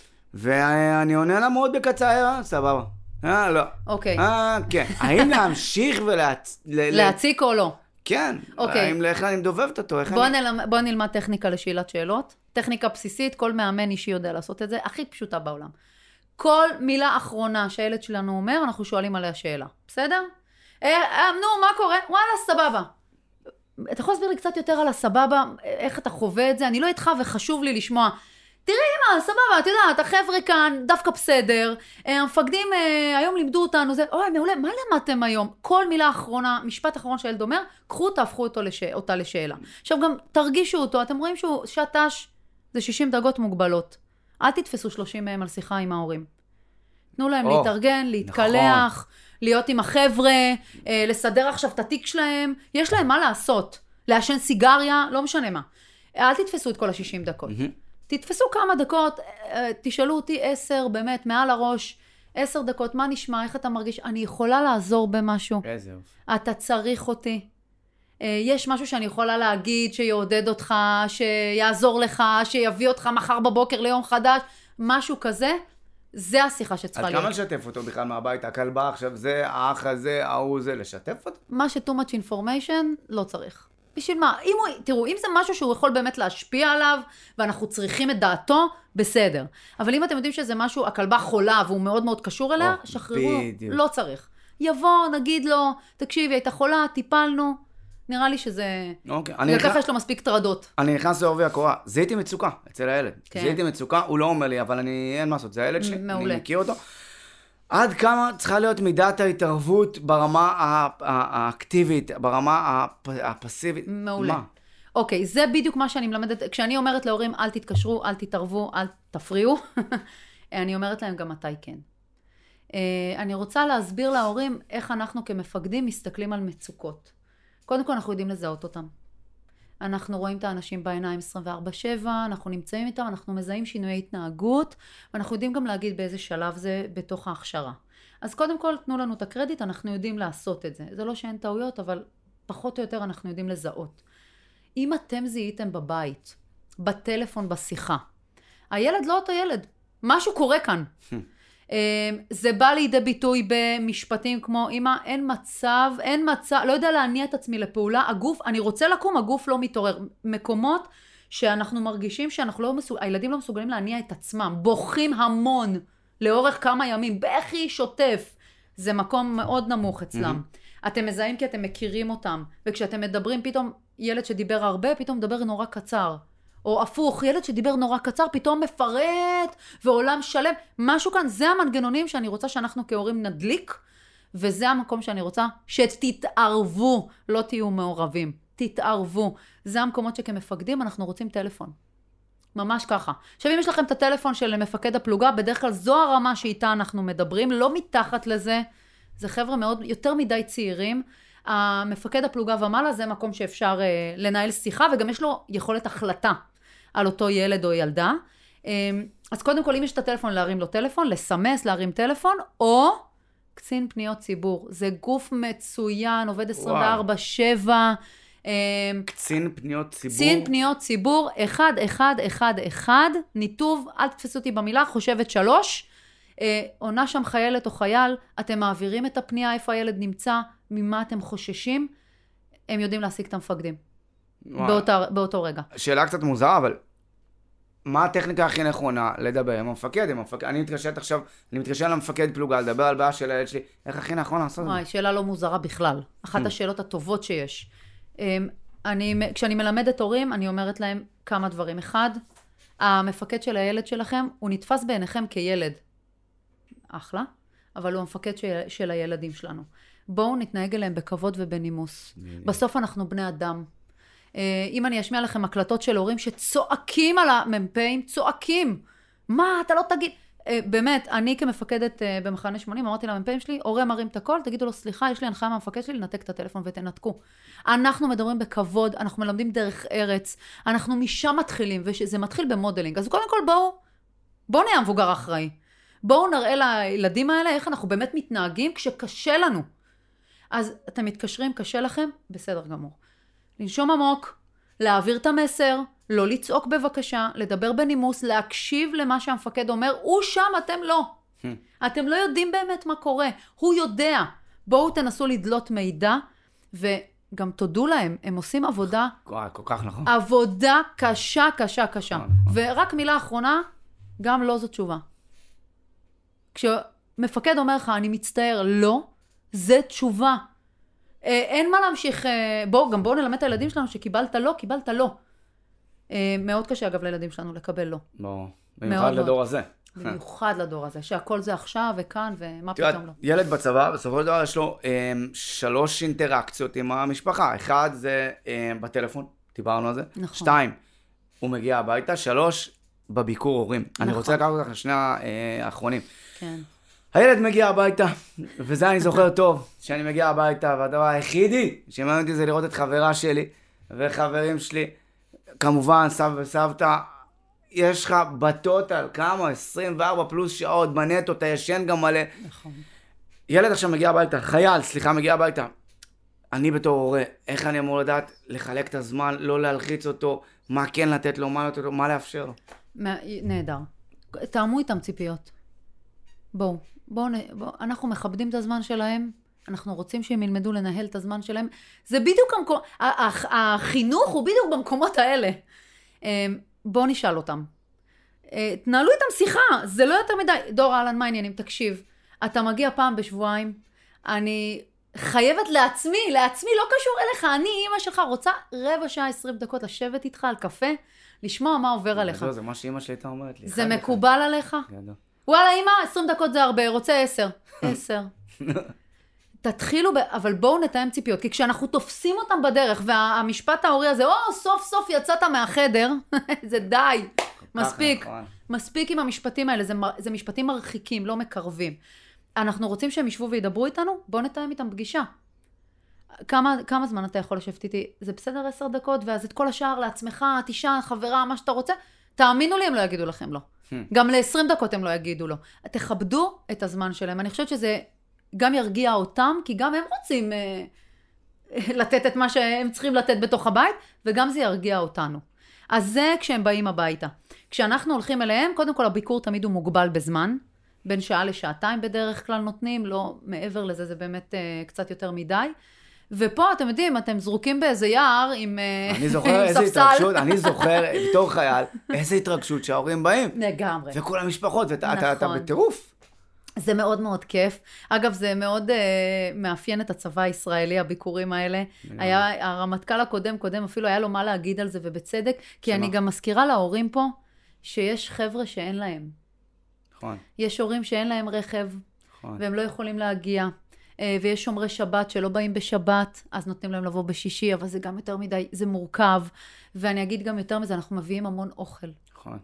ואני עונה לה מאוד בקצר, סבבה. אה, לא. אוקיי. אה, כן. האם להמשיך ולהצ... להציק או לא? כן. אוקיי. האם איך אני מדובבת אותו? בוא, אני... נלמד, בוא נלמד טכניקה לשאלת שאלות. טכניקה בסיסית, כל מאמן אישי יודע לעשות את זה, הכי פשוטה בעולם. כל מילה אחרונה שהילד שלנו אומר, אנחנו שואלים עליה שאלה. בסדר? אה, נו, מה קורה? וואלה, סבבה. אתה יכול להסביר לי קצת יותר על הסבבה, איך אתה חווה את זה? אני לא איתך וחשוב לי לשמוע. תראי אמא, סבבה, את יודעת, החבר'ה כאן דווקא בסדר, המפקדים היום לימדו אותנו, זה, אוי, מעולה, מה למדתם היום? כל מילה אחרונה, משפט אחרון שהילד אומר, קחו, תהפכו אותו לש... אותה לשאלה. עכשיו גם תרגישו אותו, אתם רואים שהוא שטש, זה שישים דרגות מוגבלות. אל תתפסו שלושים מהם על שיחה עם ההורים. תנו להם oh, להתארגן, להתקלח, נכון. להיות עם החבר'ה, לסדר עכשיו את התיק שלהם, יש להם מה לעשות. לעשן סיגריה, לא משנה מה. אל תתפסו את כל ה-שישים דקות. Mm-hmm. תתפסו כמה דקות, תשאלו אותי עשר, באמת, מעל הראש, עשר דקות, מה נשמע, איך אתה מרגיש? אני יכולה לעזור במשהו. איזה. אתה צריך אותי. יש משהו שאני יכולה להגיד שיעודד אותך, שיעזור לך, שיביא אותך מחר בבוקר ליום חדש, משהו כזה, זה השיחה שצריכה להיות. אז כמה לשתף אותו בכלל מהבית? הכלבה עכשיו זה, האח הזה, ההוא זה, לשתף אותו? מה ש-too much information לא צריך. בשביל מה? אם הוא, תראו, אם זה משהו שהוא יכול באמת להשפיע עליו, ואנחנו צריכים את דעתו, בסדר. אבל אם אתם יודעים שזה משהו, הכלבה חולה, והוא מאוד מאוד קשור אליה, oh, שחררו, בדיוק. לא צריך. יבוא, נגיד לו, תקשיבי, הייתה חולה, טיפלנו, נראה לי שזה... אוקיי. וככה יש לו מספיק טרדות. אני נכנס לעובי הקורה, זיהיתי מצוקה אצל הילד. כן. זיהיתי מצוקה, הוא לא אומר לי, אבל אני, אין מה לעשות, זה הילד שלי, מעולה. אני מכיר אותו. עד כמה צריכה להיות מידת ההתערבות ברמה האקטיבית, ברמה הפסיבית? מעולה. מה? אוקיי, זה בדיוק מה שאני מלמדת. כשאני אומרת להורים, אל תתקשרו, אל תתערבו, אל תפריעו, אני אומרת להם גם מתי כן. אני רוצה להסביר להורים איך אנחנו כמפקדים מסתכלים על מצוקות. קודם כל אנחנו יודעים לזהות אותם. אנחנו רואים את האנשים בעיניים עשרים וארבע שבע, אנחנו נמצאים איתם, אנחנו מזהים שינויי התנהגות, ואנחנו יודעים גם להגיד באיזה שלב זה בתוך ההכשרה. אז קודם כל תנו לנו את הקרדיט, אנחנו יודעים לעשות את זה. זה לא שאין טעויות, אבל פחות או יותר אנחנו יודעים לזהות. אם אתם זיהיתם בבית בטלפון בשיחה. הילד לא אותו ילד. משהו קורה כאן. זה בא לידי ביטוי במשפטים כמו, אמא, אין מצב, אין מצב, לא יודע להניע את עצמי לפעולה, הגוף, אני רוצה לקום, הגוף לא מתעורר. מקומות שאנחנו מרגישים שאנחנו לא מסוג... הילדים לא מסוגלים להניע את עצמם, בוכים המון לאורך כמה ימים, בכי שוטף. זה מקום מאוד נמוך אצלם. Mm-hmm. אתם מזהים כי אתם מכירים אותם, וכשאתם מדברים, פתאום ילד שדיבר הרבה, פתאום מדבר נורא קצר. או הפוך, ילד שדיבר נורא קצר, פתאום מפרט, ועולם שלם. משהו כאן, זה המנגנונים שאני רוצה שאנחנו כהורים נדליק, וזה המקום שאני רוצה שתתערבו, לא תהיו מעורבים. תתערבו. זה המקומות שכמפקדים אנחנו רוצים טלפון. ממש ככה. עכשיו, אם יש לכם את הטלפון של מפקד הפלוגה, בדרך כלל זו הרמה שאיתה אנחנו מדברים, לא מתחת לזה. זה חבר'ה מאוד, יותר מדי צעירים. המפקד הפלוגה ומעלה זה מקום שאפשר אה, לנהל שיחה, וגם יש לו יכולת החלטה על אותו ילד או ילדה. אה, אז קודם כל, אם יש את הטלפון, להרים לו טלפון, לסמס, להרים טלפון, או קצין פניות ציבור. זה גוף מצוין, עובד עשרים וארבע שבע. אה, קצין פניות ציבור. קצין פניות ציבור, אחד, אחד, אחד, אחד, ניתוב, אל תתפסו אותי במילה, חושבת שלוש. אה, עונה שם חיילת או חייל, אתם מעבירים את הפנייה, איפה הילד נמצא, ממה אתם חוששים, הם יודעים להשיג את המפקדים. באותה, באותו רגע. שאלה קצת מוזרה, אבל מה הטכניקה הכי נכונה לדבר עם המפקד? עם המפקד? אני מתקשרת עכשיו, אני מתקשר למפקד פלוגה, לדבר על בעיה של הילד שלי, איך הכי נכון לעשות את זה? וואי, שאלה לא מוזרה בכלל. אחת השאלות הטובות שיש. אני, כשאני מלמדת הורים, אני אומרת להם כמה דברים. אחד, המפקד של הילד שלכם, הוא נתפס בעיניכם כילד. אחלה. אבל הוא המפקד של, של הילדים שלנו. בואו נתנהג אליהם בכבוד ובנימוס. בסוף אנחנו בני אדם. אם אני אשמיע לכם הקלטות של הורים שצועקים על המ"פים, צועקים. מה, אתה לא תגיד... באמת, אני כמפקדת במחנה שמונים, אמרתי למ"פים שלי, הורה מרים את הכל, תגידו לו, סליחה, יש לי הנחיה מהמפקד שלי, לנתק את הטלפון ותנתקו. אנחנו מדברים בכבוד, אנחנו מלמדים דרך ארץ, אנחנו משם מתחילים, וזה מתחיל במודלינג. אז קודם כל בואו, בואו נהיה מבוגר אחראי. בואו נראה לילדים האלה איך אנחנו באמת מתנהגים כשקשה לנו. אז אתם מתקשרים, קשה לכם? בסדר גמור. לנשום עמוק, להעביר את המסר, לא לצעוק בבקשה, לדבר בנימוס, להקשיב למה שהמפקד אומר, הוא שם, אתם לא. אתם לא יודעים באמת מה קורה, הוא יודע. בואו תנסו לדלות מידע, וגם תודו להם, הם עושים עבודה, כל כך נכון. עבודה קשה, קשה, קשה. ורק מילה אחרונה, גם לא זו תשובה. כשמפקד אומר לך, אני מצטער, לא, זה תשובה. אין מה להמשיך, בואו, גם בואו נלמד את הילדים שלנו שקיבלת לא, קיבלת לא. מאוד קשה אגב לילדים שלנו לקבל לא. בואו, במיוחד לדור הזה. במיוחד לדור הזה, שהכל זה עכשיו וכאן ומה פתאום לא. ילד בצבא, בסופו של דבר יש לו שלוש אינטראקציות עם המשפחה. אחד זה בטלפון, דיברנו על זה. נכון. שתיים, הוא מגיע הביתה. שלוש, בביקור הורים. אני רוצה לקחת אותך לשני האחרונים. כן. הילד מגיע הביתה, וזה אני זוכר טוב, שאני מגיע הביתה, והדבר היחידי שמעניין אותי זה לראות את חברה שלי וחברים שלי, כמובן סבא וסבתא, יש לך בטוטל כמה, עשרים וארבע פלוס שעות בנטו, אתה ישן גם מלא. נכון. ילד עכשיו מגיע הביתה, חייל, סליחה, מגיע הביתה. אני בתור הורה, איך אני אמור לדעת לחלק את הזמן, לא להלחיץ אותו, מה כן לתת לו, מה לתת לו, מה לאפשר לו? נהדר. תאמו איתם ציפיות. בואו. בואו, בוא, אנחנו מכבדים את הזמן שלהם, אנחנו רוצים שהם ילמדו לנהל את הזמן שלהם. זה בדיוק המקום, החינוך הוא בדיוק במקומות האלה. בואו נשאל אותם. תנהלו איתם שיחה, זה לא יותר מדי. דור אלן, מה העניינים? תקשיב, אתה מגיע פעם בשבועיים, אני חייבת לעצמי, לעצמי, לא קשור אליך, אני אמא שלך רוצה רבע שעה, עשרים דקות לשבת איתך על קפה, לשמוע מה עובר עליך. זה מה שאמא שלי הייתה אומרת לי. זה מקובל עליך? וואלה, אמא, עשרים דקות זה הרבה, רוצה עשר. עשר. תתחילו, ב... אבל בואו נתאם ציפיות, כי כשאנחנו תופסים אותם בדרך, והמשפט ההורי הזה, או, סוף סוף יצאת מהחדר, זה די, מספיק. מספיק עם המשפטים האלה, זה, זה משפטים מרחיקים, לא מקרבים. אנחנו רוצים שהם ישבו וידברו איתנו, בואו נתאם איתם פגישה. כמה, כמה זמן אתה יכול לשבת איתי? זה בסדר עשר דקות, ואז את כל השאר לעצמך, תשעה, חברה, מה שאתה רוצה, תאמינו לי, הם לא יגידו לכם לא. גם ל-עשרים דקות הם לא יגידו לו. תכבדו את הזמן שלהם. אני חושבת שזה גם ירגיע אותם, כי גם הם רוצים אה, לתת את מה שהם צריכים לתת בתוך הבית, וגם זה ירגיע אותנו. אז זה כשהם באים הביתה. כשאנחנו הולכים אליהם, קודם כל הביקור תמיד הוא מוגבל בזמן, בין שעה לשעתיים בדרך כלל נותנים, לא מעבר לזה, זה באמת uh, קצת יותר מדי. ופה אתם יודעים, אתם זרוקים באיזה יער עם ספסל. אני זוכר איזה התרגשות, אני זוכר בתור חייל, איזה התרגשות שההורים באים. לגמרי. וכל המשפחות, ואתה בטירוף. זה מאוד מאוד כיף. אגב, זה מאוד uh, מאפיין את הצבא הישראלי, הביקורים האלה. היה, הרמטכ"ל הקודם, קודם, אפילו היה לו מה להגיד על זה, ובצדק, כי שמה? אני גם מזכירה להורים פה, שיש חבר'ה שאין להם. נכון. יש הורים שאין להם רכב, נכון. והם לא יכולים להגיע. ויש שומרי שבת שלא באים בשבת, אז נותנים להם לבוא בשישי, אבל זה גם יותר מדי, זה מורכב. ואני אגיד גם יותר מזה, אנחנו מביאים המון אוכל. נכון.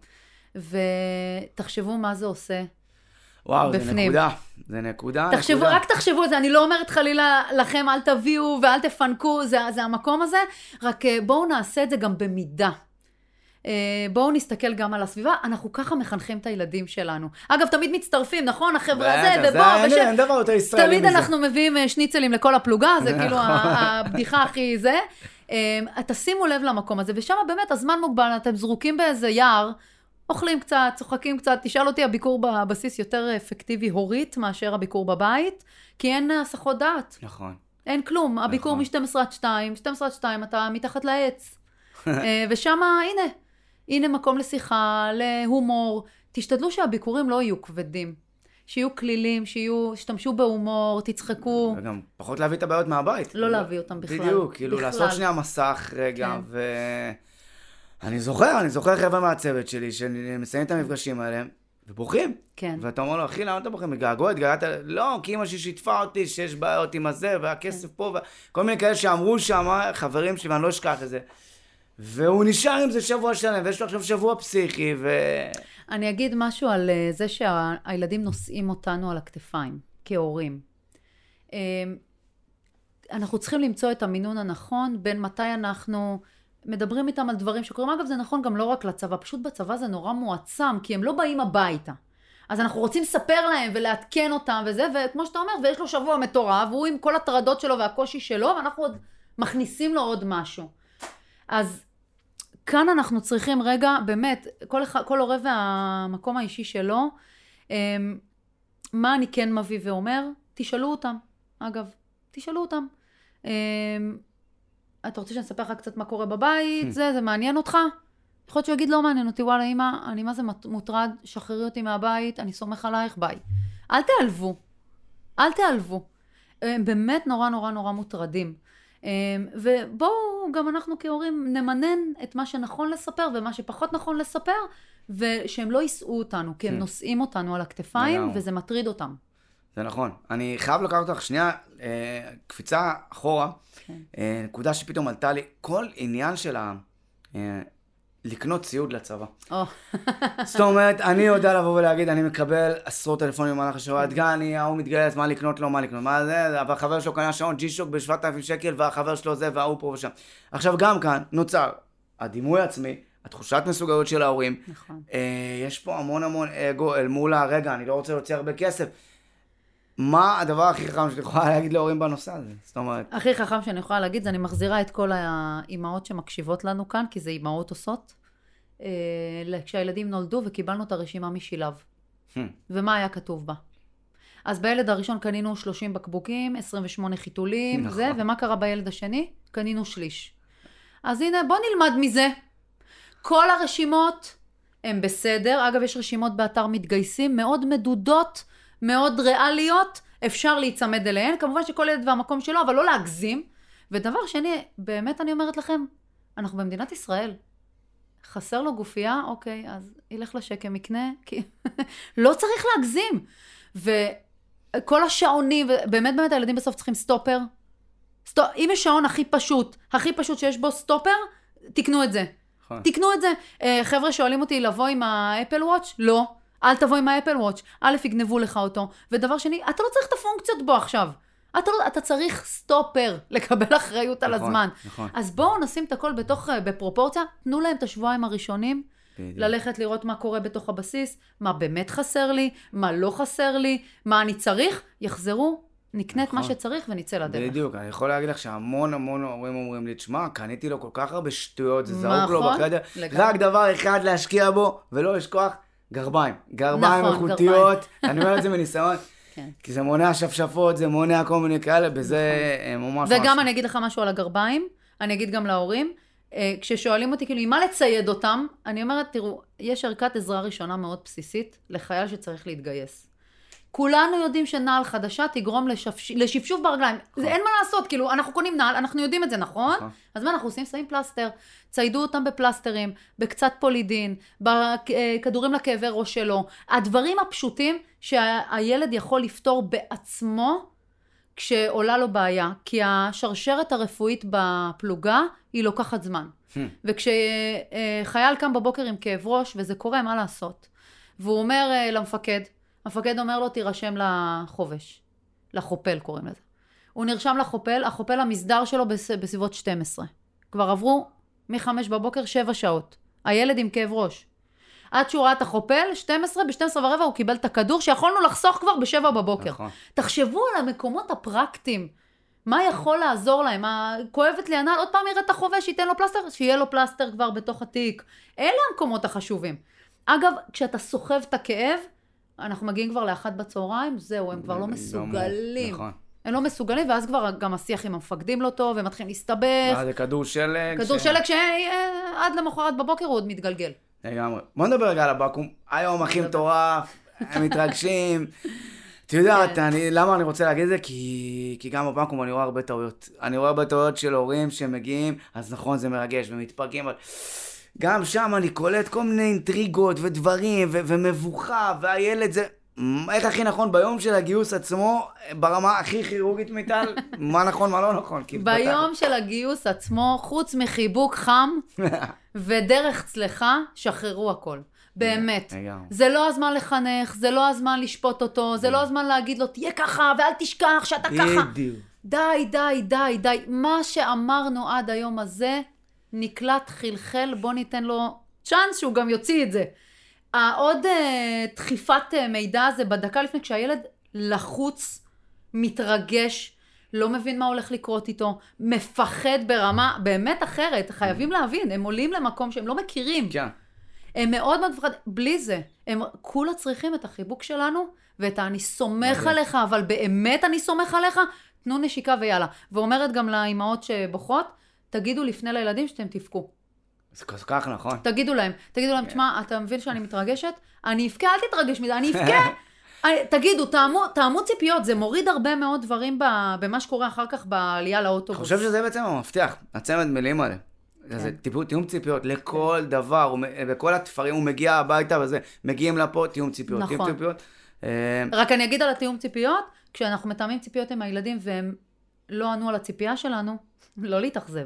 ותחשבו מה זה עושה. וואו, בפנים. זה נקודה. זה נקודה. תחשבו, נקודה. רק תחשבו את זה, אני לא אומרת חלילה לכם, אל תביאו ואל תפנקו, זה, זה המקום הזה, רק בואו נעשה את זה גם במידה. בואו נסתכל גם על הסביבה, אנחנו ככה מחנכים את הילדים שלנו. אגב, תמיד מצטרפים, נכון? החברה הזה, ובוא, אין דבר יותר ישראלי מזה. תמיד אנחנו מביאים שניצלים לכל הפלוגה, זה כאילו הבדיחה הכי זה. תשימו לב למקום הזה, ושם באמת הזמן מוגבל, אתם זרוקים באיזה יער, אוכלים קצת, צוחקים קצת, תשאל אותי, הביקור בבסיס יותר אפקטיבי הורית מאשר הביקור בבית, כי אין הסחות דעת. נכון. אין כלום, הביקור מ-שתים עשרה עד שתיים, שתים עשרה עד שתיים, אתה מתחת לעץ. ושם, הנה, הנה מקום לשיחה, להומור. תשתדלו שהביקורים לא יהיו כבדים. שיהיו כלילים, שיהיו, שתמשו בהומור, תצחקו. וגם פחות להביא את הבעיות מהבית. לא להביא אותם בכלל. בדיוק, כאילו לעשות שנייה מסך רגע, ו... אני זוכר, אני זוכר חבר'ה מהצוות שלי, שמסיימים את המפגשים האלה, ובוכים. כן. ואתה אומר לו, אחי, למה אתה בוכים? מגעגוע, התגעגעת? לא, כי אמא שלי שיתפה אותי, שיש בעיות עם הזה, והכסף פה, וכל מיני כאלה שאמרו שם, חברים שלי, ואני לא אשכח את זה. והוא נשאר עם זה שבוע שלם, ויש לו עכשיו שבוע פסיכי, ו... אני אגיד משהו על זה שהילדים נושאים אותנו על הכתפיים, כהורים. אנחנו צריכים למצוא את המינון הנכון, בין מתי אנחנו מדברים איתם על דברים שקורים. אגב, זה נכון גם לא רק לצבא, פשוט בצבא זה נורא מועצם, כי הם לא באים הביתה. אז אנחנו רוצים לספר להם ולעדכן אותם וזה, וכמו שאתה אומר, ויש לו שבוע מטורף, והוא עם כל הטרדות שלו והקושי שלו, ואנחנו עוד מכניסים לו עוד משהו. אז כאן אנחנו צריכים רגע, באמת, כל, כל הורה והמקום האישי שלו, מה אני כן מביא ואומר? תשאלו אותם. אגב, תשאלו אותם. אתה רוצה שאני אספר לך קצת מה קורה בבית? זה, זה מעניין אותך? יכול להיות שהוא יגיד לא מעניין אותי, וואלה אמא, אני מה זה מוטרד, שחררי אותי מהבית, אני סומך עלייך, ביי. אל תעלבו. אל תעלבו. הם באמת נורא נורא נורא מוטרדים. ובואו גם אנחנו כהורים נמנן את מה שנכון לספר ומה שפחות נכון לספר, ושהם לא יישאו אותנו, כי הם נושאים אותנו על הכתפיים, וזה מטריד אותם. זה נכון. אני חייב לקחת אותך שנייה, קפיצה אחורה, נקודה שפתאום עלתה לי, כל עניין של ה... לקנות ציוד לצבא. זאת אומרת, אני יודע לבוא ולהגיד, אני מקבל עשרות טלפונים במהלך השבוע, דגני, ההוא מתגייס, מה לקנות לו, מה לקנות, מה זה, והחבר שלו קנה שעון ג'י-שוק ב-שבעת אלפים שקל, והחבר שלו זה, וההוא פה ושם. עכשיו גם כאן נוצר הדימוי עצמי, התחושת מסוגלות של ההורים. נכון. יש פה המון המון אגו אל מול הרגע, אני לא רוצה להוציא הרבה כסף. מה הדבר הכי חכם שאני יכולה להגיד להורים בנושא הזה? זאת אומרת... הכי חכם שאני יכולה להגיד, זה אני מחזירה את כל האימהות שמקשיבות לנו כאן, כי זה אימהות עושות. כשהילדים נולדו וקיבלנו את הרשימה משילב. ומה היה כתוב בה? אז בילד הראשון קנינו שלושים בקבוקים, עשרים ושמונה חיתולים, זה, ומה קרה בילד השני? קנינו שליש. אז הנה, בוא נלמד מזה. כל הרשימות הן בסדר. אגב, יש רשימות באתר מתגייסים, מאוד מדודות, מאוד ריאליות, אפשר להיצמד אליהן, כמובן שכל ילד והמקום שלו, אבל לא להגזים. ודבר שני, באמת אני אומרת לכם, אנחנו במדינת ישראל, חסר לו גופייה, אוקיי, אז ילך לשקם, יקנה, כי לא צריך להגזים. וכל השעונים, באמת באמת הילדים בסוף צריכים סטופר. סטופ... אם יש שעון הכי פשוט, הכי פשוט שיש בו סטופר, תקנו את זה. תקנו את זה. חבר'ה שואלים אותי לבוא עם האפל וואץ'? לא. אל תבוא עם האפל וואץ', א' יגנבו לך אותו, ודבר שני, אתה לא צריך את הפונקציות בו עכשיו, אתה, לא, אתה צריך סטופר לקבל אחריות על הזמן. נכון. אז בואו נשים את הכל בתוך, בפרופורציה, תנו להם את השבועיים הראשונים, בדיוק. ללכת לראות מה קורה בתוך הבסיס, מה באמת חסר לי, מה לא חסר לי, מה אני צריך, יחזרו, נקנית מה שצריך ונצא לדרך. בדיוק, אני יכול להגיד לך שהמון המון הורים אומרים לי, תשמע, קניתי לו כל כך הרבה שטויות, זה זרוק לו בחדר, רק דבר אחד להשקיע בו, ולא לשכוח, גרביים. גרביים איכותיות, אני אומר את זה מניסיון, כי זה מונע שפשפות, זה מונע כל מיני כאלה, בזה ממש... וגם אני אגיד לך משהו על הגרביים, אני אגיד גם להורים, כששואלים אותי, כאילו, מה לצייד אותם, אני אומרת, תראו, יש ערכת עזרה ראשונה מאוד בסיסית, לחייל שצריך להתגייס. כולנו יודעים שנעל חדשה תגרום לשפש... לשפשוף ברגליים. זה אין מה לעשות, כאילו, אנחנו קונים נעל, אנחנו יודעים את זה, נכון? אז מה אנחנו עושים? שמים פלסטר, ציידו אותם בפלסטרים, בקצת פולידין, בכדורים לכאבי ראש שלו. הדברים הפשוטים שהילד יכול לפתור בעצמו, כשעולה לו בעיה, כי השרשרת הרפואית בפלוגה היא לוקחת זמן. וכשחייל קם בבוקר עם כאב ראש, וזה קורה, מה לעשות? והוא אומר למפקד, המפקד אומר לו, תירשם לחובש, לחופל קוראים לזה. הוא נרשם לחופל, החופל המסדר שלו בסביבות שתים עשרה. כבר עברו מחמש בבוקר שבע שעות. הילד עם כאב ראש. עד שהוא ראה את החופל, שתים עשרה, ב-שתים עשרה ורבע הוא קיבל את הכדור שיכולנו לחסוך כבר בשבע בבוקר. נכון. תחשבו על המקומות הפרקטיים. מה יכול לעזור להם? כואבת לי הנעל, עוד פעם יראה את החובש, שייתן לו פלסטר, שיהיה לו פלסטר כבר בתוך התיק. אלה המקומות החשובים. אגב, כשאתה סוחב את הכאב, אנחנו מגיעים כבר לאחת בצהריים, זהו, הם כבר לא מסוגלים. נכון. הם לא מסוגלים, ואז כבר גם השיח עם המפקדים לא טוב, והם מתחילים להסתבך. זה כדור שלג. כדור שלג שעד למחרת בבוקר הוא עוד מתגלגל. לגמרי. בוא נדבר רגע על הבקו"ם. היום הכי מטורף, הם מתרגשים. אתה יודעת, למה אני רוצה להגיד את זה? כי גם בבקו"ם אני רואה הרבה טעויות. אני רואה הרבה טעויות של הורים שמגיעים, אז נכון, זה מרגש ומתפרקים, אבל גם שם אני קולט כל מיני אינטריגות ודברים ומבוכה, והילד זה... איך הכי נכון ביום של הגיוס עצמו, ברמה הכי כירורגית מיטל, מה נכון, מה לא נכון? ביום של הגיוס עצמו, חוץ מחיבוק חם ודרך צלחה, שחררו הכל. באמת. זה לא הזמן לחנך, זה לא הזמן לשפוט אותו, זה לא הזמן להגיד לו, תהיה ככה ואל תשכח שאתה ככה. די, די, די, די. מה שאמרנו עד היום הזה, נקלט חלחל, בוא ניתן לו צ'אנס שהוא גם יוציא את זה. העוד uh, דחיפת uh, מידע הזה בדקה לפני, כשהילד לחוץ, מתרגש, לא מבין מה הולך לקרות איתו, מפחד ברמה באמת אחרת, חייבים להבין, הם עולים למקום שהם לא מכירים. כן. הם מאוד מאוד מפחד, בלי זה, הם כולה צריכים את החיבוק שלנו, ואת אני סומך עליך, אבל באמת אני סומך עליך, תנו נשיקה ויאללה. ואומרת גם לאימהות שבוכות, תגידו לפני לילדים שאתם תפקו. זה כל כך נכון. תגידו להם, תגידו להם, תשמע, אתה מבין שאני מתרגשת? אני אפקה, אל תתרגש מזה, אני אפקה. תגידו, תאמו ציפיות, זה מוריד הרבה מאוד דברים במה שקורה אחר כך בעלייה לאוטובוס. אני חושב שזה בעצם המפתח, הצמד מילים האלה. זה תיאום ציפיות לכל דבר, בכל התפרים, הוא מגיע הביתה וזה, מגיעים לפה, תיאום ציפיות, תיאום ציפיות. רק אני אגיד על התיאום ציפיות, כשאנחנו מתאמים ציפיות עם הילדים והם לא ענו על הציפייה שלנו, לא להתאכזב.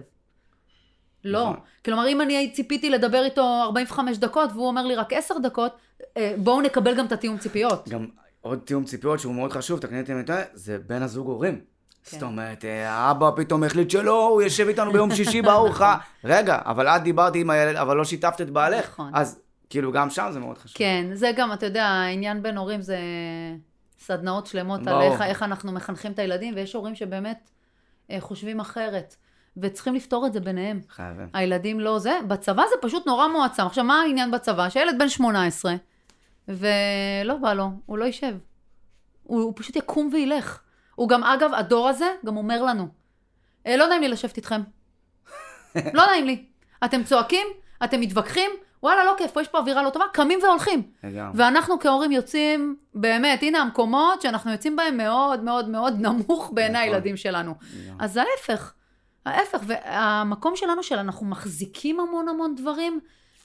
לא. כלומר, אם אני ציפיתי לדבר איתו ארבעים וחמש דקות, והוא אומר לי רק עשר דקות, בואו נקבל גם את התיאום ציפיות. גם עוד תיאום ציפיות שהוא מאוד חשוב, תקניתם איתו, זה בין הזוג הורים. זאת אומרת, האבא פתאום החליט שלא, הוא יושב איתנו ביום שישי בארוחה. רגע, אבל את דיברתי עם הילד, אבל לא שיתפת את בעלך. אז כאילו גם שם זה מאוד חשוב. כן, זה גם, אתה יודע, העניין בין הורים זה סדנאות שלמות על איך, איך אנחנו מחנכים את הילדים, ויש הורים שבאמת חושבים אחרת. וצריכים לפתור את זה ביניהם. חייבים. הילדים לא זה. בצבא זה פשוט נורא מועצם. עכשיו, מה העניין בצבא? שהילד בן שמונה עשרה, ולא בא לו, הוא לא יישב. הוא, הוא פשוט יקום וילך. הוא גם, אגב, הדור הזה גם אומר לנו, אה, לא נעים לי לשבת איתכם. לא נעים לי. אתם צועקים, אתם מתווכחים, וואלה, לא כיף, פה יש פה אווירה לא טובה, קמים והולכים. ואנחנו כהורים יוצאים, באמת, הנה המקומות שאנחנו יוצאים בהם מאוד מאוד מאוד נמוך בעיני הילדים שלנו. אז ההפך. ההפך, והמקום שלנו שאנחנו מחזיקים המון המון דברים,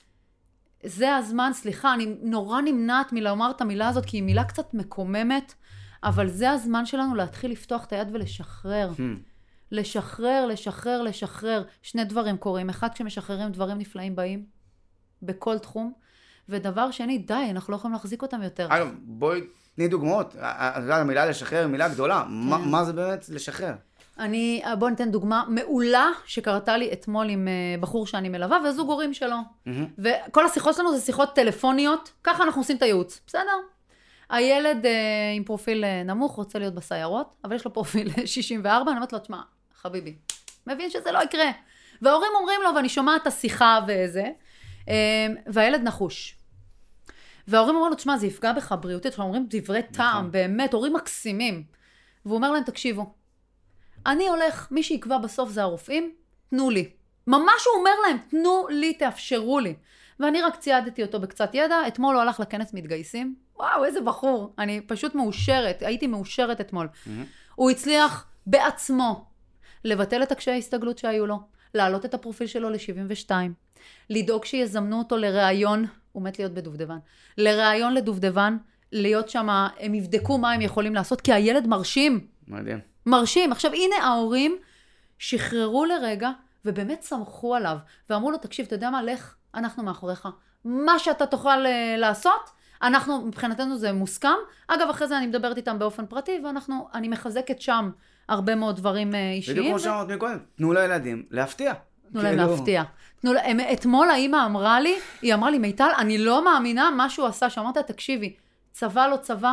זה הזמן, סליחה, אני נורא נמנעת מלומר את המילה הזאת, כי היא מילה קצת מקוממת, אבל זה הזמן שלנו להתחיל לפתוח את היד ולשחרר. לשחרר, לשחרר, לשחרר. שני דברים קורים. אחד, כשמשחררים דברים נפלאים באים, בכל תחום, ודבר שני, די, אנחנו לא יכולים להחזיק אותם יותר. אגב, בואי, תני דוגמאות. המילה לשחרר, מילה גדולה. מה זה באמת לשחרר? אני, בוא ניתן דוגמה מעולה שקרתה לי אתמול עם בחור שאני מלווה, וזוג הורים שלו. וכל השיחות שלנו זה שיחות טלפוניות, ככה אנחנו עושים את הייעוץ, בסדר? הילד אה, עם פרופיל אה, נמוך רוצה להיות בסיירות, אבל יש לו פרופיל שישים וארבע, אני אומרת לו, תשמע, חביבי, מבין שזה לא יקרה. וההורים אומרים לו, ואני שומעת את השיחה וזה, אה, והילד נחוש. וההורים אומרים לו, תשמע, זה יפגע בך בריאותית, אנחנו אומרים דברי טעם, באמת, הורים מקסימים. והוא אומר להם, תקשיבו, אני הולך, מי שיקבע בסוף זה הרופאים, תנו לי. ממש הוא אומר להם, תנו לי, תאפשרו לי. ואני רק ציידתי אותו בקצת ידע, אתמול הוא הלך לכנס מתגייסים, וואו, איזה בחור, אני פשוט מאושרת, הייתי מאושרת אתמול. Mm-hmm. הוא הצליח בעצמו לבטל את הקשיי ההסתגלות שהיו לו, להעלות את הפרופיל שלו ל-שבעים ושתיים, לדאוג שיזמנו אותו לראיון, הוא מת להיות בדובדבן, לראיון לדובדבן, להיות שם, הם יבדקו מה הם יכולים לעשות, כי הילד מרשים. מדהים. מרשים. עכשיו, הנה ההורים שחררו לרגע, ובאמת סמכו עליו, ואמרו לו, תקשיב, אתה יודע מה, לך, אנחנו מאחוריך. מה שאתה תוכל uh, לעשות, אנחנו, מבחינתנו זה מוסכם. אגב, אחרי זה אני מדברת איתם באופן פרטי, ואנחנו, אני מחזקת שם הרבה מאוד דברים uh, אישיים. בדיוק כמו שאמרת מקודם, תנו לילדים להפתיע. תנו להם להפתיע. תנו לה, אתמול האמא אמרה לי, היא אמרה לי, מיטל, אני לא מאמינה מה שהוא עשה, שאמרת, תקשיבי, צבא לא צבא.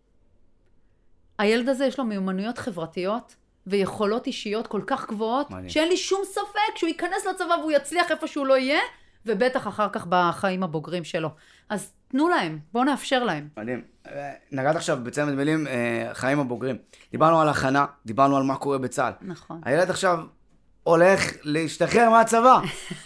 הילד הזה יש לו מיומנויות חברתיות, ויכולות אישיות כל כך גבוהות, מעניין. שאין לי שום ספק שהוא ייכנס לצבא והוא יצליח איפה שהוא לא יהיה, ובטח אחר כך בחיים הבוגרים שלו. אז תנו להם, בואו נאפשר להם. מדהים. נגעת עכשיו בצמד מילים, חיים הבוגרים. דיברנו על הכנה, דיברנו על מה קורה בצה"ל. נכון. הילד עכשיו הולך להשתחרר מהצבא.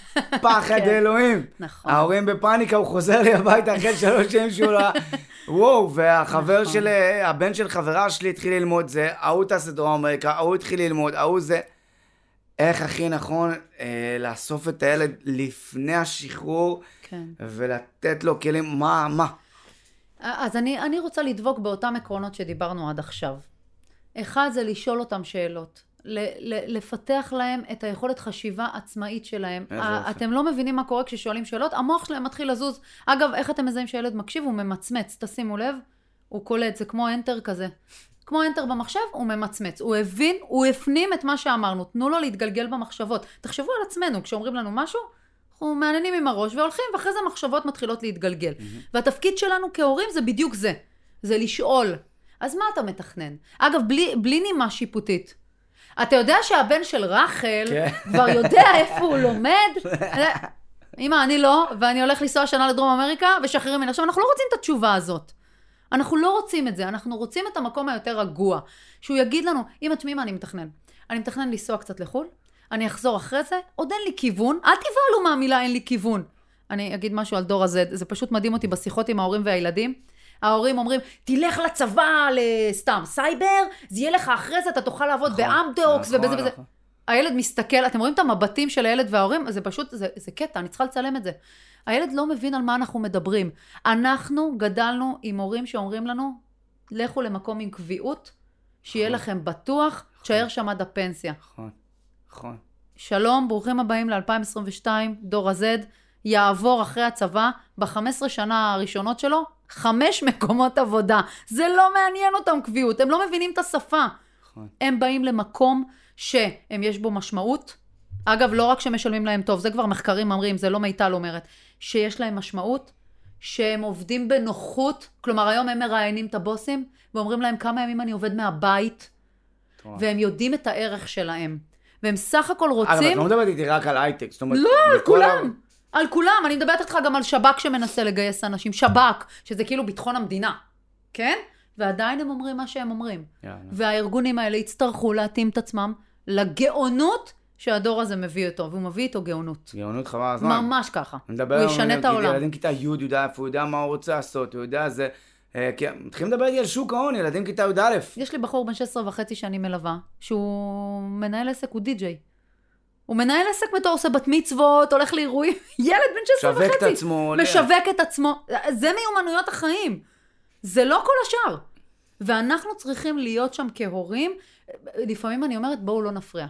פחד אלוהים. נכון. ההורים בפאניקה, הוא חוזר לי הביתה אחרי שלוש שנים שהוא לא... וואו, והחבר של, הבן של חברה שלי התחיל ללמוד זה, ההוא טס לדרום אמריקה, ההוא התחיל ללמוד, ההוא זה... איך הכי נכון אה, לאסוף את הילד לפני השחרור, כן. ולתת לו כלים, מה, מה? אז אני, אני רוצה לדבוק באותם עקרונות שדיברנו עד עכשיו. אחד זה לשאול אותם שאלות. לפתח להם את היכולת חשיבה עצמאית שלהם. אתם לא מבינים מה קורה כששואלים שאלות, המוח שלהם מתחיל לזוז. אגב, איך אתם מזהים שהילד מקשיב? הוא ממצמץ, תשימו לב, הוא קולט, זה כמו אנטר כזה. כמו אנטר במחשב, הוא ממצמץ. הוא הבין, הוא הפנים את מה שאמרנו. תנו לו להתגלגל במחשבות. תחשבו על עצמנו, כשאומרים לנו משהו, אנחנו מעניינים עם הראש והולכים, ואחרי זה המחשבות מתחילות להתגלגל. והתפקיד שלנו כהורים זה בדיוק זה. זה לשאול. אז מה אתה מתכנן? אגב, בלי, בלי נימה שיפוטית. אתה יודע שהבן של רחל כבר יודע איפה הוא לומד? אמא, אני לא, ואני הולך לנסוע שנה לדרום אמריקה, ושחררים ממני. עכשיו, אנחנו לא רוצים את התשובה הזאת. אנחנו לא רוצים את זה, אנחנו רוצים את המקום היותר רגוע. שהוא יגיד לנו, אמא, תשמעי מה אני מתכנן. אני מתכנן לנסוע קצת לחול, אני אחזור אחרי זה, עוד אין לי כיוון, אל תבעלו מהמילה אין לי כיוון. אני אגיד משהו על דור הזה, זה פשוט מדהים אותי בשיחות עם ההורים והילדים. ההורים אומרים, תלך לצבא, לסתם סייבר, זה יהיה לך אחרי זה, אתה תוכל לעבוד באמדוקס ובזה וזה. הילד מסתכל, אתם רואים את המבטים של הילד וההורים, זה פשוט, זה, זה קטע, אני צריכה לצלם את זה. הילד לא מבין על מה אנחנו מדברים. אנחנו גדלנו עם הורים שאומרים לנו, לכו למקום עם קביעות, שיהיה לכם בטוח, תשאר שם עד הפנסיה. נכון, נכון. שלום, ברוכים הבאים ל-אלפיים עשרים ושתיים, דור ה-Z, יעבור אחרי הצבא, ב-חמש עשרה שנה הראשונות שלו, חמש מקומות עבודה. זה לא מעניין אותם קביעות, הם לא מבינים את השפה. נכון. הם באים למקום שהם יש בו משמעות. אגב, לא רק שמשלמים להם טוב, זה כבר מחקרים אומרים, זה לא מיטל אומרת, שיש להם משמעות, שהם עובדים בנוחות, כלומר היום הם מראיינים את הבוסים, ואומרים להם כמה ימים אני עובד מהבית, טוב. והם יודעים את הערך שלהם. והם סך הכל רוצים... אגב, את לא מדברת איתי רק על הייטק, זאת אומרת... לא, על כולם. ה... על כולם, אני מדברת איתך גם על שב"כ שמנסה לגייס אנשים, שב"כ, שזה כאילו ביטחון המדינה, כן? ועדיין הם אומרים מה שהם אומרים. Yeah, והארגונים האלה יצטרכו להתאים את עצמם לגאונות שהדור הזה מביא אותו, והוא מביא איתו גאונות. גאונות חבל הזמן. ממש ככה. הוא ישנה את העולם. ילדים כיתה י' יודע איפה, הוא יודע מה הוא רוצה לעשות, הוא יודע זה... מתחילים לדבר איתי על שוק ההון, ילדים כיתה י' א'. יש לי בחור בן שש עשרה וחצי שאני מלווה, שהוא מנהל עסק, הוא די-ג'יי. הוא מנהל עסק בתור, עושה בת מצוות, הולך לאירועים, ילד בן שש עשרה וחצי. משווק את עצמו. משווק את עצמו. זה מיומנויות החיים. זה לא כל השאר. ואנחנו צריכים להיות שם כהורים. לפעמים אני אומרת, בואו לא נפריע.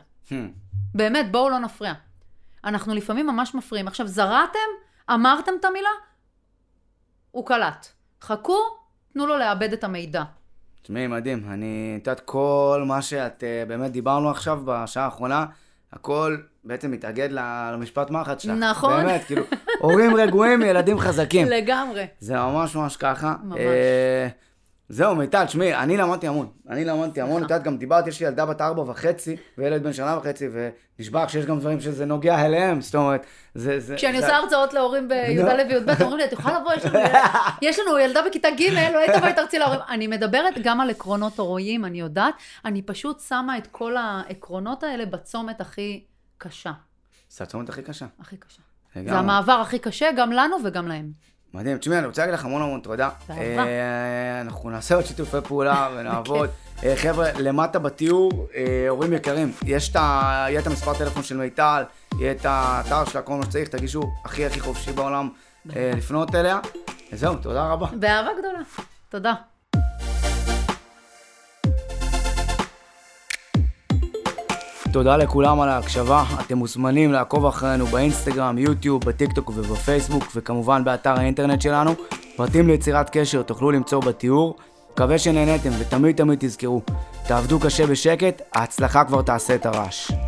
באמת, בואו לא נפריע. אנחנו לפעמים ממש מפריעים. עכשיו, זרעתם, אמרתם את המילה, הוא קלט. חכו, תנו לו לאבד את המידע. תשמעי, מדהים. אני יודעת כל מה שאת באמת דיברנו עכשיו בשעה האחרונה, הכל בעצם מתאגד למשפט מחץ שלך. נכון. באמת, כאילו, הורים רגועים, ילדים חזקים. לגמרי. זה ממש ממש ככה. ממש. זהו, מיטל, תשמעי, אני למדתי המון. אני למדתי המון, את יודעת, גם דיברתי, יש לי ילדה בת ארבע וחצי, וילד בן שנה וחצי, ונשבע שיש גם דברים שזה נוגע אליהם, זאת אומרת, זה... זה כשאני זה... עושה הרצאות להורים בי"א וי"ב, אומרים לי, את יכולה לבוא, יש לנו, יש לנו ילדה בכיתה ג', לא היית בואי תרצי להורים. אני מדברת גם על עקרונות הורים, אני יודעת, אני פשוט שמה את כל העקרונות האלה בצומת הכי קשה. זה הצומת הכי קשה. הכי קשה. לגמרי. זה המעבר הכי קשה, גם לנו וגם להם. מדהים, תשמעי, אני רוצה להגיד לך המון המון תודה. באהבה. אנחנו נעשה עוד שיתופי פעולה ונעבוד. חבר'ה, למטה בתיאור, הורים יקרים, יש את ה... יהיה את המספר טלפון של מיטל, יהיה את האתר שלה, כל מה שצריך, תגישו הכי הכי חופשי בעולם לפנות אליה. וזהו, תודה רבה. באהבה גדולה. תודה. תודה לכולם על ההקשבה, אתם מוזמנים לעקוב אחרינו באינסטגרם, יוטיוב, בטיקטוק ובפייסבוק, וכמובן באתר האינטרנט שלנו. פרטים ליצירת קשר תוכלו למצוא בתיאור. מקווה שנהנתם ותמיד תמיד תזכרו, תעבדו קשה בשקט, ההצלחה כבר תעשה את הרעש.